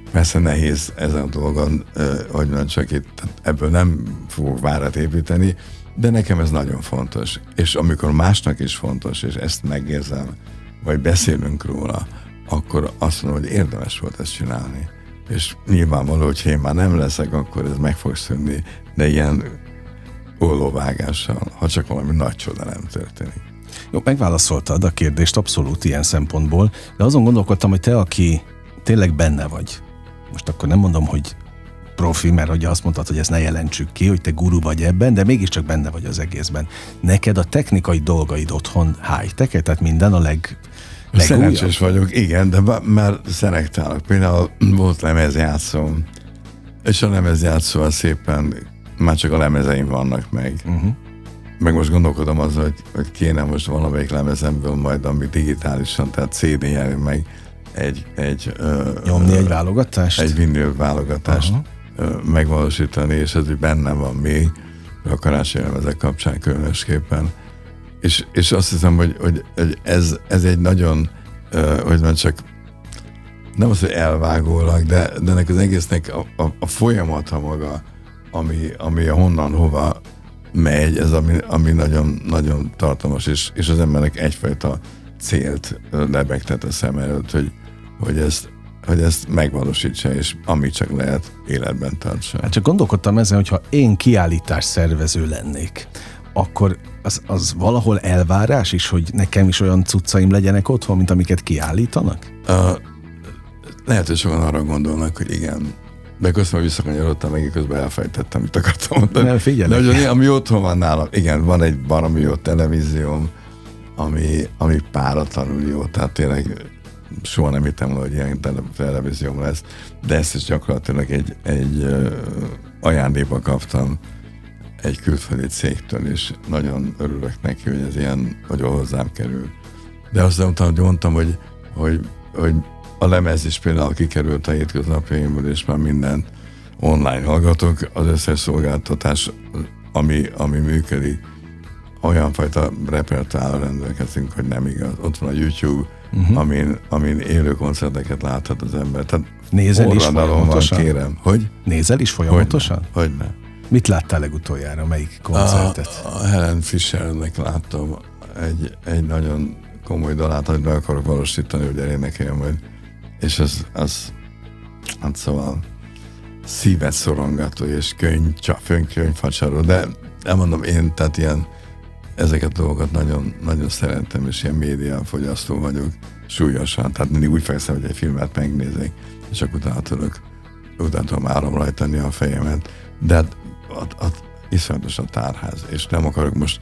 Persze nehéz ezen a dolgon, hogy mondjam, csak itt ebből nem fogok várat építeni, de nekem ez nagyon fontos. És amikor másnak is fontos, és ezt megérzem, vagy beszélünk róla, akkor azt mondom, hogy érdemes volt ezt csinálni. És nyilvánvaló, hogy ha én már nem leszek, akkor ez meg fog szűnni, de ilyen ollóvágással, ha csak valami nagy csoda nem történik. Jó, megválaszoltad a kérdést abszolút ilyen szempontból, de azon gondolkodtam, hogy te, aki tényleg benne vagy, most akkor nem mondom, hogy profi, mert ugye azt mondtad, hogy ezt ne jelentsük ki, hogy te guru vagy ebben, de mégiscsak benne vagy az egészben. Neked a technikai dolgaid otthon high-tech, tehát minden a legújabb? Szerencsés vagyok, igen, de már szelektálok. Például volt lemezjátszóm, és a lemezjátszóval szépen már csak a lemezeim vannak meg. Meg most gondolkodom azon, hogy kéne most valamelyik lemezemből majd, ami digitálisan, tehát CD-jel meg nyomni egy válogatást? Egy vinil válogatást megvalósítani, és ez úgy benne van még a karácsonyi lemezek kapcsán különösképpen. És azt hiszem, hogy ez egy nagyon, hogy van csak nem az, hogy elvágólag, de ennek az egésznek a folyamata maga, ami honnan hova megy, ez ami nagyon, nagyon tartalmas, és az embernek egyfajta célt lebegtet a szem előtt, hogy ezt megvalósítsa, és amit csak lehet életben tartsa. Hát csak gondolkodtam ezen, hogyha én kiállítás szervező lennék, akkor az valahol elvárás is, hogy nekem is olyan cuccaim legyenek otthon, mint amiket kiállítanak? Lehet, hogy sokan arra gondolnak, hogy igen, de közben visszakanyarodtam, meg közben elfejtettem, mit akartam mondani. Nem, figyelek. De hogy ami otthon van nálam, igen, van egy baromi jó televízióm, ami páratlanul jó, tehát tényleg soha nem hittem volna, hogy ilyen televízióm lesz, de ezt is gyakorlatilag egy ajándékba kaptam egy külföldi cégtől, és nagyon örülök neki, hogy ez ilyen, hogy hozzám kerül. De azt mondtam, hogy a lemez is például kikerült a hétköznapjaimból, és már mindent online hallgatok, az összes szolgáltatás, ami működik, olyan fajta repertoárral rendelkezünk, hogy nem igaz. Ott van a YouTube, amin élő koncerteket láthat az ember. Tehát nézel is folyamatosan? Van, kérem. Hogy? Nézel is folyamatosan? Hogyne. Mit láttál legutoljára? Melyik koncertet? A Helen Fishernek láttam egy nagyon komoly dalát, hogy be akarok valósítani, hogy elénekeljem majd. És az hát szóval szívet szorongató és könyvfacsaró, de elmondom én, tehát ilyen ezeket a dolgokat nagyon, nagyon szeretem, és ilyen médiafogyasztó vagyok súlyosan, tehát mindig úgy fekszem, hogy egy filmet megnézek, és akkor utána tudom áramlajtani a fejemet, de hát iszonyatos a tárház, és nem akarok most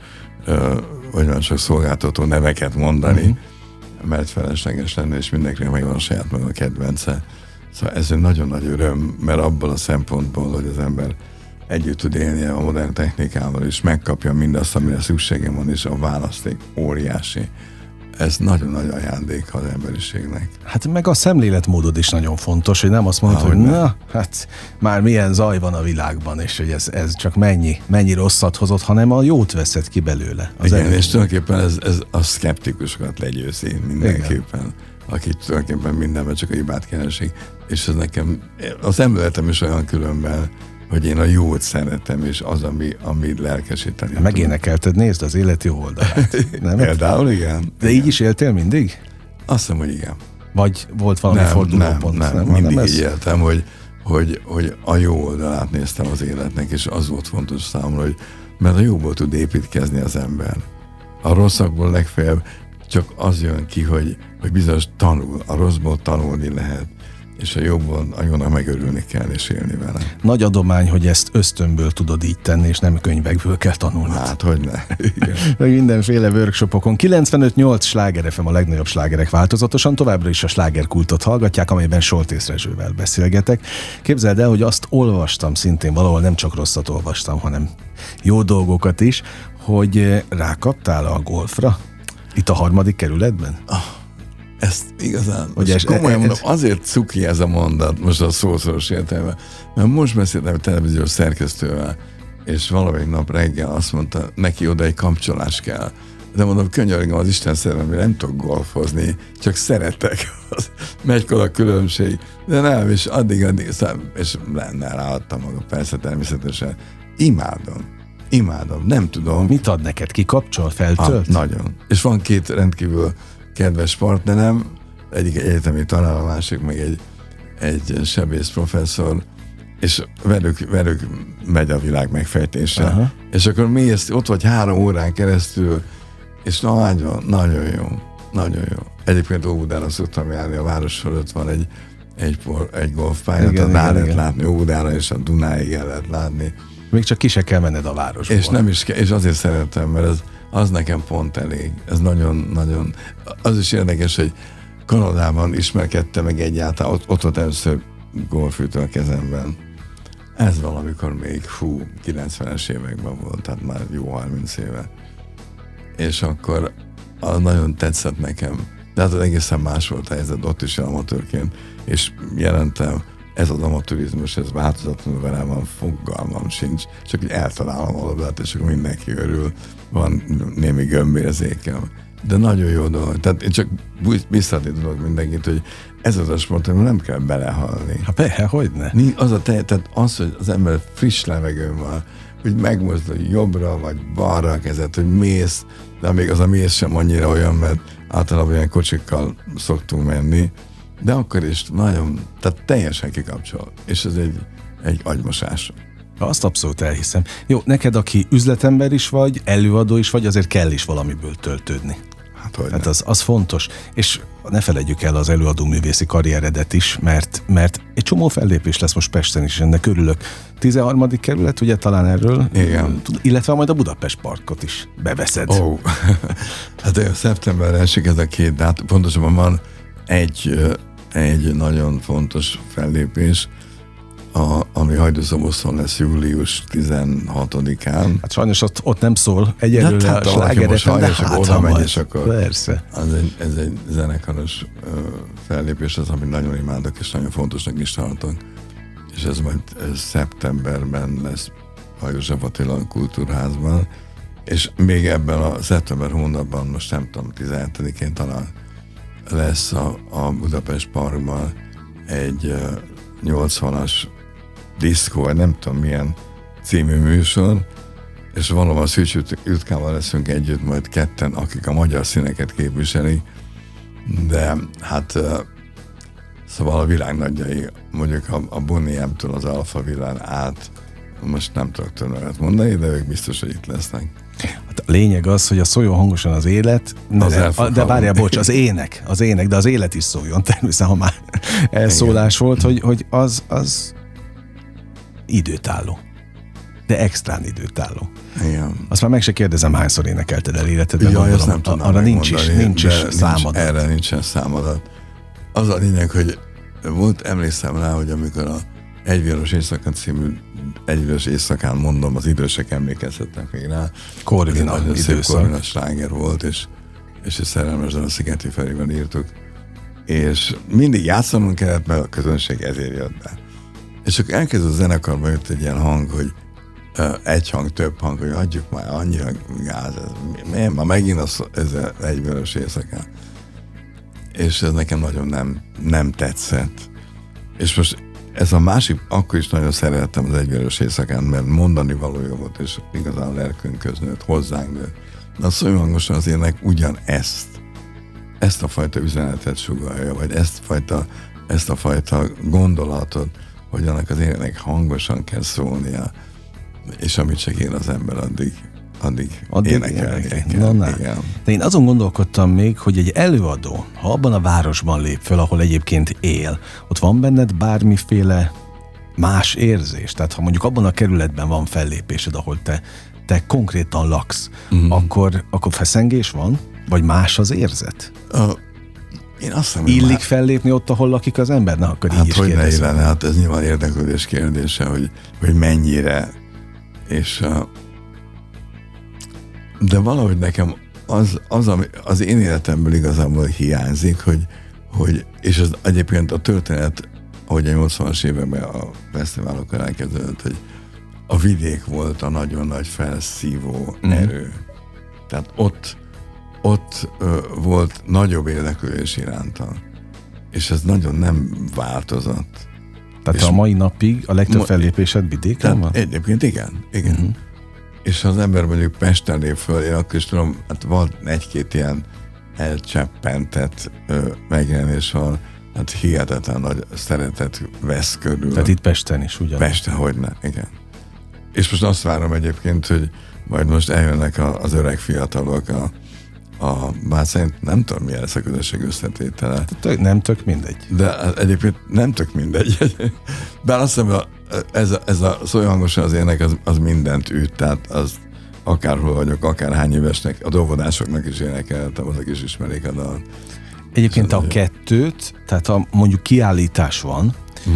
olyan csak szolgáltató neveket mondani, mert felesleges lenne, és mindenkinek megvan a saját maga a kedvence. Szóval ez egy nagyon nagy öröm, mert abból a szempontból, hogy az ember együtt tud élni a modern technikával, és megkapja mindazt, amire szüksége van, és a választék óriási. Ez nagyon nagy ajándék az emberiségnek. Hát meg a szemléletmódod is nagyon fontos, hogy nem azt mondod, hogy na, hát már milyen zaj van a világban, és hogy ez csak mennyi rosszat hozott, hanem a jót veszed ki belőle. Igen, és tulajdonképpen ez a szkeptikusokat legyőzi mindenképpen. Igen. Akik tulajdonképpen mindenben csak a hibát keresik. És ez nekem, az emléletem is olyan különben, hogy én a jót szeretem, és az, ami lelkesíteni. Megénekelted, nézd az élet jó oldalát. Például igen. De így is éltél mindig? Azt hiszem, hogy igen. Vagy volt valami fordulópont? Nem, mindig így éltem, hogy a jó oldalát néztem az életnek, és az volt fontos számomra, hogy mert a jóból tud építkezni az ember. A rosszakból legfeljebb csak az jön ki, hogy bizonyos tanul, a rosszból tanulni lehet, és a jónak megörülni kell, és élni vele. Nagy adomány, hogy ezt ösztönből tudod így tenni, és nem könyvekből kell tanulni. Hát, hogyne. Meg mindenféle workshopokon. 95.8 Sláger FM a legnagyobb slágerek változatosan, továbbra is a slágerkultot hallgatják, amelyben Soltész Rezsővel beszélgetek. Képzeld el, hogy azt olvastam szintén valahol, nem csak rosszat olvastam, hanem jó dolgokat is, hogy rákaptál a golfra itt a 3. kerületben? Ezt igazán, komolyan mondom, azért cuki ez a mondat, most a szószoros értelme, mert most beszéltem a televíziós szerkesztővel, és valamelyik nap reggel azt mondta, neki oda egy kapcsolás kell, de mondom, könyörgöm, az Isten szerelmére nem tudok golfozni, csak szeretek, megy a különbség, de nem, és addig, és lenne ráadtam magam, persze természetesen. Imádom, nem tudom. Mit ad neked? Kikapcsol, feltölt? Nagyon. És van 2 rendkívül kedves partnerem, egyik egy egyetemi tanár, a másik meg egy sebész professzor, és velük megy a világ megfejtése. Aha. És akkor mész, ott vagy 3 órán keresztül, és nagyon jó. Egyébként Óbudára szoktam járni, a város fölött van egy golfpálya, tehát lehet látni Óbudára, és a Dunáig el lehet látni. Még csak ki se kell menned a városba. És nem is kell, és azért szeretem, mert az nekem pont elég. Ez nagyon, az is érdekes, hogy Kanadában ismerkedtem meg egyáltalán, ott volt először golfütő a kezemben. Ez valamikor még 90-es években volt, tehát már jó 30 éve. És akkor nagyon tetszett nekem. De hát az egészen más volt a helyzet, ott is amatőrként, és jelentem, ez az amatőrizmus, ez változatlanul velem van, fogalmam sincs, csak így eltalálom a labdát, és akkor mindenki örül, van némi gömbérzékem. De nagyon jó dolog. Tehát én csak biztatni tudok mindenkit, hogy ez az a sport, amiben nem kell belehalni. Hogyne. Tehát az, hogy az ember friss levegőn van, hogy megmozdul jobbra vagy balra a kezed, hogy mész, de még az a mész sem annyira olyan, mert általában ilyen kocsikkal szoktunk menni, de akkor is nagyon, tehát teljesen kikapcsol, és ez egy agymosás. Azt abszolút elhiszem. Jó, neked, aki üzletember is vagy, előadó is vagy, azért kell is valamiből töltődni. Hát az fontos. És ne felejtjük el az előadó művészi karrieredet is, mert egy csomó fellépés lesz most Pesten is, ennek örülök. 13. kerület, ugye talán erről? Igen. Illetve majd a Budapest Parkot is beveszed. Hát szeptemberre esik ez a 2 dátum, pontosabban van egy nagyon fontos fellépés, ami Hajdúszoboszon lesz július 16-án. Hát sajnos ott nem szól egyelőre a slágereten, de oda megy, és akkor persze. Ez egy zenekaros fellépés, az, amit nagyon imádok, és nagyon fontosnak is tartok. És ez majd szeptemberben lesz a József Attila Kultúrházban, és még ebben a szeptember hónapban, most nem tudom, 17-én talán lesz a Budapest Parkban egy 80-as diszkó, vagy nem tudom milyen című műsor, és valóban Szűcs Jutkával leszünk együtt, majd 2, akik a magyar színeket képviselik, de hát szóval a világ nagyjai, mondjuk a Bonnie M-től az Alfa Villán át, most nem tudok többet mondani, de ők biztos, hogy itt lesznek. Hát a lényeg az, hogy szóljon hangosan az élet, de várjál, bocs, az ének, de az élet is szóljon, természetesen, ha már elszólás volt, hogy az időtálló. De extrán időtálló. Igen. Azt már meg se kérdezem, hányszor énekelted el életedben. Jaj, azt nem tudom arra nincs is számadat. Erre nincsen számadat. Az a lényeg, hogy emlékszem rá, hogy amikor a Egyvilágos éjszaka című Egyvilágos éjszakán, mondom, az idősek emlékezhetnek még rá. Corvina időszak. Corvina sláger volt, és egy szerelmes dal a Szigeti Ferivel írtuk. És mindig játszanunk kellett, mert a közönség ezért jött be. És akkor elkezdett a zenekarban jött egy ilyen hang, hogy egy hang, több hang, hogy adjuk már annyira gáz, miért ma megint ez Egyvilágos éjszakán. És ez nekem nagyon nem tetszett. És most ez a másik, akkor is nagyon szerettem az Egyvilágos éjszakán, mert mondani valója volt, és igazán lelkünkhöz nőtt, hozzánk nőtt. De a Szóljon hangosan az ének ezt a fajta üzenetet sugallja, vagy ezt a fajta gondolatot, hogy annak az ének hangosan kell szólnia, és amit csak él az ember, addig énekelni kell. De én azon gondolkodtam még, hogy egy előadó, ha abban a városban lép föl, ahol egyébként él, ott van benned bármiféle más érzés? Tehát ha mondjuk abban a kerületben van fellépésed, ahol te konkrétan laksz, akkor feszengés van? Vagy más az érzet? Én azt hiszem, illik fellépni ott, ahol lakik az ember? Na, akkor így is hogy kérdezem. ne illene, hát ez nyilván érdeklődés kérdése, hogy mennyire, és de valahogy nekem ami az én életemből igazából hiányzik, hogy és ez egyébként a történet, ahogy a 80-as években a fesztiválokon elkezdődött, hogy a vidék volt a nagyon nagy felszívó erő. Tehát ott volt nagyobb érdeklődés iránta. És ez nagyon nem változott. Tehát a mai napig a legtöbb fellépésed vidéken van? Egyébként igen. Uh-huh. És ha az ember mondjuk Pesten lép föl, én akkor is tudom, hát van egy-két ilyen elcseppentett megjelenés van, hát hihetetlen nagy szeretet vesz körül. Tehát itt Pesten is ugyan. Pesten, hogyne, igen. És most azt várom egyébként, hogy majd most eljönnek az öreg fiatalok bár szerint nem tudom, milyen lesz a közösség összetétele. Nem tök mindegy. De egyébként nem tök mindegy. Bár azt hiszem, ez a szólj hangosan az ének, az mindent üt, tehát az akárhol vagyok, akárhány évesnek, a dolgodásoknak is énekeltem, azok is ismerik a dalt. Egyébként a kettőt, tehát ha mondjuk kiállítás van,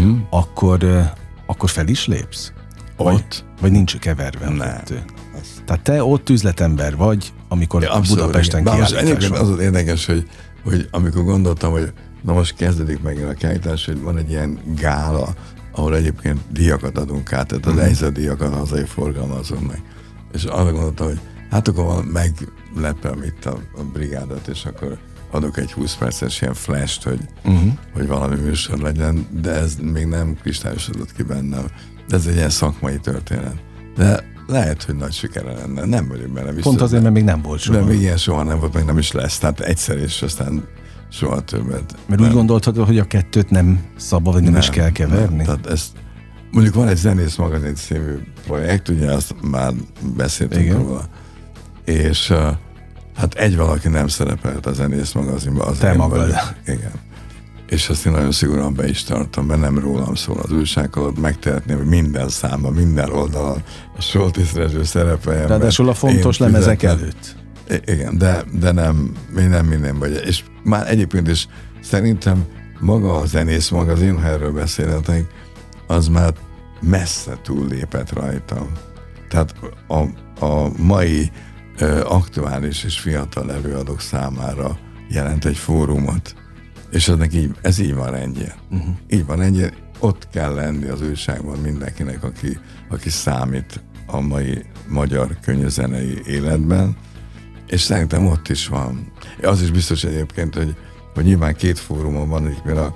akkor fel is lépsz? Vagy nincs keverve a kettő? Tehát te ott üzletember vagy, amikor Budapesten kiállítás van. Az az érdekes, hogy amikor gondoltam, hogy na most kezdődik meg a kiállítás, hogy van egy ilyen gála, ahol egyébként díjakat adunk át, tehát az EIZA-díjakat hazai forgalmazunk meg. És arra gondoltam, hogy hát akkor meglepem itt a brigádat, és akkor adok egy 20 perces ilyen flash-t, hogy valami műsor legyen, de ez még nem kristályosodott ki bennem. De ez egy ilyen szakmai történet. De lehet, hogy nagy sikere lenne. Nem vagyok benne biztos. Pont azért, mert még nem volt soha. De még ilyen soha nem volt, meg nem is lesz. Tehát egyszer és aztán soha többet. Mert úgy gondoltad, hogy a kettőt nem szabad, vagy nem is kell keverni? Nem. Tehát ezt, mondjuk van egy Zenész magazin című projekt, ugye azt már beszéltünk róla. És hát egy valaki nem szerepelt a Zenész magazinban. Az te magad. Igen. És azt én nagyon szigorúan be is tartom, mert nem rólam szól az újság alatt, megtehetném, hogy minden számban, minden oldalon a Soltész Rezső szerepeljen. Ráadásul a fontos lemezek előtt. Igen, de nem minden vagy. És már egyébként is szerintem maga a Zenész magazin, ha erről beszélhetek, az már messze túllépett rajtam. Tehát a mai aktuális és fiatal előadók számára jelent egy fórumot. És ez így van rendjén. Így van rendjén. Ott kell lenni az újságban mindenkinek, aki számít a mai magyar könnyűzenei életben, és szerintem ott is van. Az is biztos egyébként, hogy nyilván két fórumon van, hogy például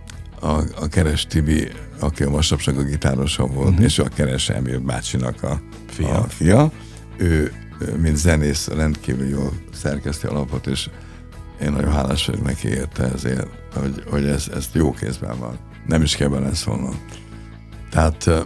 a Keres Tibi, aki a Vasapság a gitárosa volt, és a Keres Emil bácsinak a fia. Ő, mint zenész, rendkívül jól szerkeszti a lapot, és én nagyon hálás vagyok neki érte ezért, hogy ez jó kézben van. Nem is kell beleszólnom. Tehát,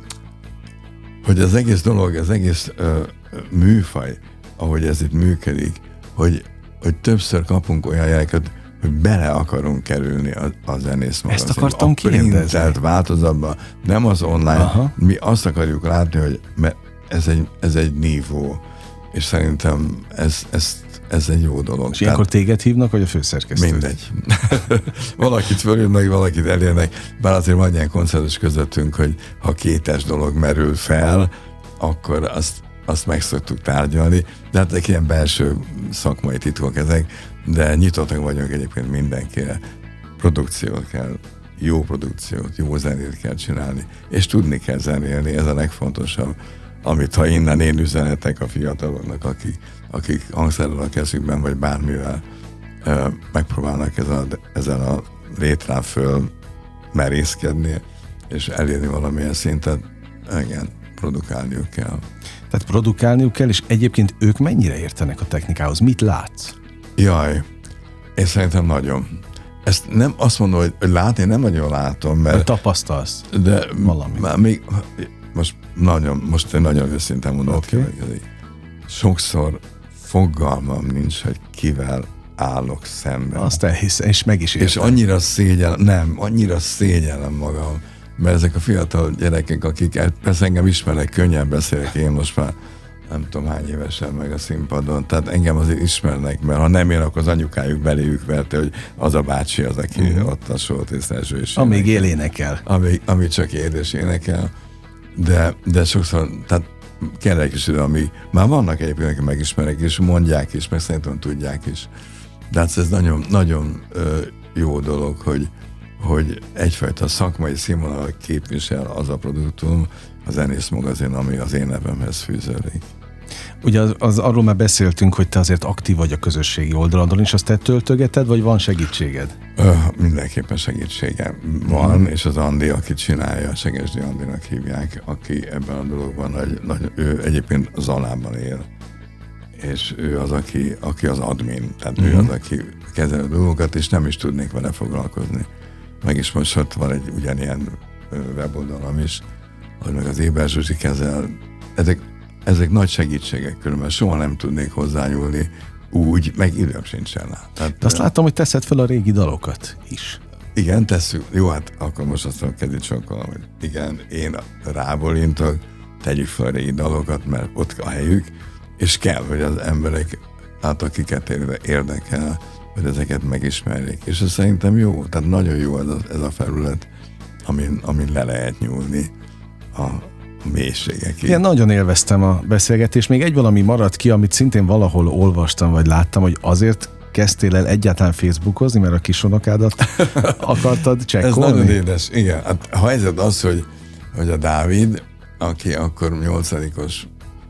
hogy az egész dolog, az egész műfaj, ahogy ez itt működik, hogy többször kapunk olyan jeleket, hogy bele akarunk kerülni a Zenész magazinba. Ezt akartam kérdezni. A változatban, nem az online. Aha. Mi azt akarjuk látni, hogy ez egy nívó, és szerintem ez egy jó dolog. És ilyenkor téged hívnak, vagy a főszerkesztőt? Mindegy. Valakit fölírnak, valakit elérnek, bár azért van ilyen konszenzus közöttünk, hogy ha kétes dolog merül fel, akkor azt meg szoktuk tárgyalni, de hát egy ilyen belső szakmai titkok ezek, de nyitottak vagyunk egyébként mindenkire. Produkciót kell, jó produkciót, jó zenét kell csinálni, és tudni kell zenélni, ez a legfontosabb, amit ha innen én üzenetek a fiataloknak, akik hangszerrel a kezükben, vagy bármivel megpróbálnak ezen a létrán föl merészkedni, és elérni valamilyen szintet, igen, produkálniuk kell. Tehát produkálniuk kell, és egyébként ők mennyire értenek a technikához? Mit látsz? Jaj, én szerintem nagyon. Ezt nem azt mondom, hogy látni, nem nagyon látom, mert tapasztalsz de valamit. Még most én nagyon őszintén mondom, hogy sokszor fogalmam nincs, hogy kivel állok szemben. Azt elhiszem, és meg is értem. És annyira szégyellem magam, mert ezek a fiatal gyerekek, akik persze engem ismernek, könnyen beszélek, én most már nem tudom hány évesen meg a színpadon, tehát engem azért ismernek, mert ha nem én, akkor az anyukájuk beléjük verte, hogy az a bácsi az, aki ott a Soltész Rezső is. Amíg él énekel. Ami csak édes énekel. De sokszor, tehát kell egy kis idő, ami már vannak egyébként, akik megismerek, és mondják is, meg szerintem tudják is. De hát ez nagyon, nagyon jó dolog, hogy egyfajta szakmai színvonalat képvisel az a produktum, a Zenész magazin, ami az én nevemhez fűződik. Ugye arról már beszéltünk, hogy te azért aktív vagy a közösségi oldaladon is, azt te töltögeted, vagy van segítséged? Mindenképpen segítségem van, és az Andi, aki csinálja, Segesdi Andinak hívják, aki ebben a dologban ő egyébként Zalában él, és ő az, aki az admin, tehát ő az, aki kezel a dolgokat, és nem is tudnék vele foglalkozni. Meg is most ott van egy ugyanilyen weboldalam is, hogy meg az Éber Zsuzsi kezel. Ezek nagy segítségek, különben soha nem tudnék hozzányúlni úgy, meg időm sincsen rá. De azt látom, hogy teszed fel a régi dalokat is. Igen, tesszük. Jó, hát akkor most azt mondom, kezdjük sokkal, hogy igen, én rábólintok, tegyük fel a régi dalokat, mert ott a helyük, és kell, hogy az emberek, hát akiket érdekel, hogy ezeket megismerjék. És ez szerintem jó, tehát nagyon jó ez a felület, amin le lehet nyúlni a mélységekig. Én nagyon élveztem a beszélgetést. Még egy valami maradt ki, amit szintén valahol olvastam, vagy láttam, hogy azért kezdtél el egyáltalán Facebookozni, mert a kisunokádat akartad csekkolni? Ez nagyon édes, igen. Hát a helyzet az, hogy a Dávid, aki akkor 8-os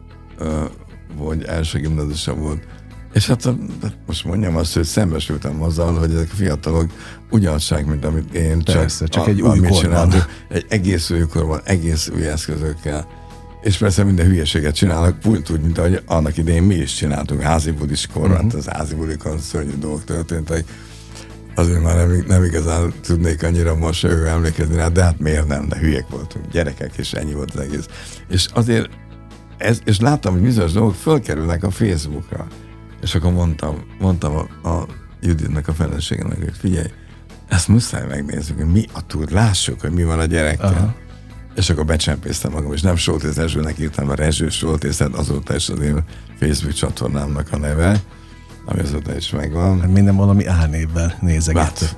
vagy első gimnazista volt, és hát most mondjam azt, hogy szembesültem azzal, hogy ezek a fiatalok ugyanazság, mint amit én, persze, csak egy új korban. Egy egész új korban, egész új eszközökkel. És persze minden hülyeséget csinálnak, úgy, mint ahogy annak idején mi is csináltunk, házi bulis korban, az házi bulikon szörnyű dolgok történtek. Azért már nem igazán tudnék annyira most emlékezni rá, de hát miért nem, de hülyek voltunk, gyerekek, és ennyi volt az egész. És azért, és láttam, hogy bizonyos dolgok fölkerülnek a Facebookra. És akkor mondtam a Juditnak, a feleségemnek, hogy figyelj, ezt muszáj megnézzük, hogy mi a túl, lássuk, hogy mi van a gyerekkel. Aha. És akkor becsempésztem magam, és nem Soltész Erzsőnek írtam, mert Erzső Soltész, azóta is az én Facebook csatornámnak a neve, ami azóta is megvan. Hát minden valami álnévvel nézeget.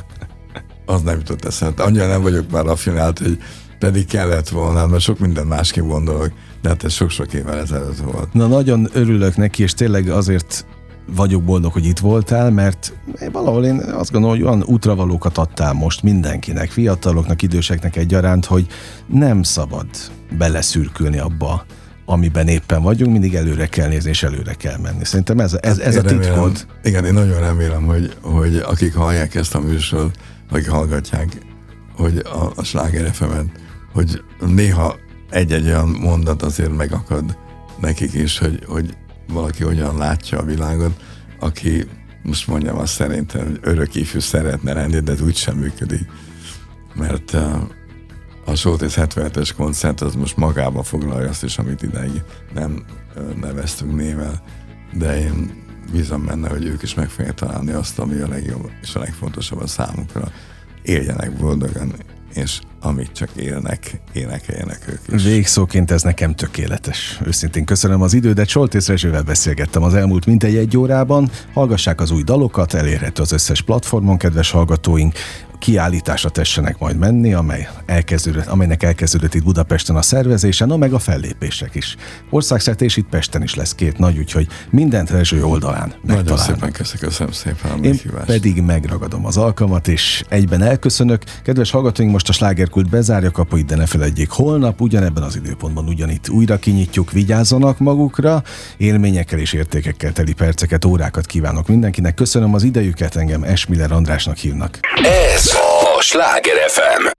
Az nem jutott eszembe. Annyira nem vagyok már raffinált, hogy pedig kellett volna, mert sok minden másképp gondolok, de hát ez sok-sok évvel ezelőtt volt. Na, nagyon örülök neki, és tényleg azért vagyok boldog, hogy itt voltál, mert valahol én azt gondolom, hogy olyan útravalókat adtál most mindenkinek, fiataloknak, időseknek egyaránt, hogy nem szabad beleszürkülni abba, amiben éppen vagyunk, mindig előre kell nézni, és előre kell menni. Szerintem ez a titkod. Igen, én nagyon remélem, hogy akik hallják ezt a műsort, akik hallgatják, hogy a Sláger FM-et, hogy néha egy-egy olyan mondat azért megakad nekik is, hogy valaki olyan látja a világot, aki, most mondjam azt szerintem, hogy örök ifjú szeretne lenni, de ez úgysem működik. Mert a Soltész 77-es koncert az most magába foglalja azt is, amit ideig nem neveztünk névvel, de én bízom benne, hogy ők is meg fogják találni azt, ami a legjobb és a legfontosabb a számukra. Éljenek boldogan, és amit csak élnek, énekeljenek ők is. Végszóként ez nekem tökéletes. Őszintén köszönöm az idődet. Soltész Rezsővel beszélgettem az elmúlt mintegy egy órában. Hallgassák az új dalokat, elérhető az összes platformon, kedves hallgatóink. Kiállításra tessenek majd menni, amelynek elkezdődött itt Budapesten a szervezése, meg a fellépések is. Országszerte és itt Pesten is lesz 2 nagy, úgyhogy mindent Rezső oldalán megtalálnak. Nagyon szépen köszönöm szépen a meghívást. Én pedig megragadom az alkalmat, és egyben elköszönök. Kedves hallgatóink, most a Slágerkult bezárja kapuit, de ne feledjék, holnap ugyanebben az időpontban ugyanitt újra kinyitjuk, vigyázzanak magukra, élményekkel és értékekkel teli perceket, órákat kívánok mindenkinek. Köszönöm az idejüket, engem Esmiller Andrásnak hívnak. Ez a Sláger FM.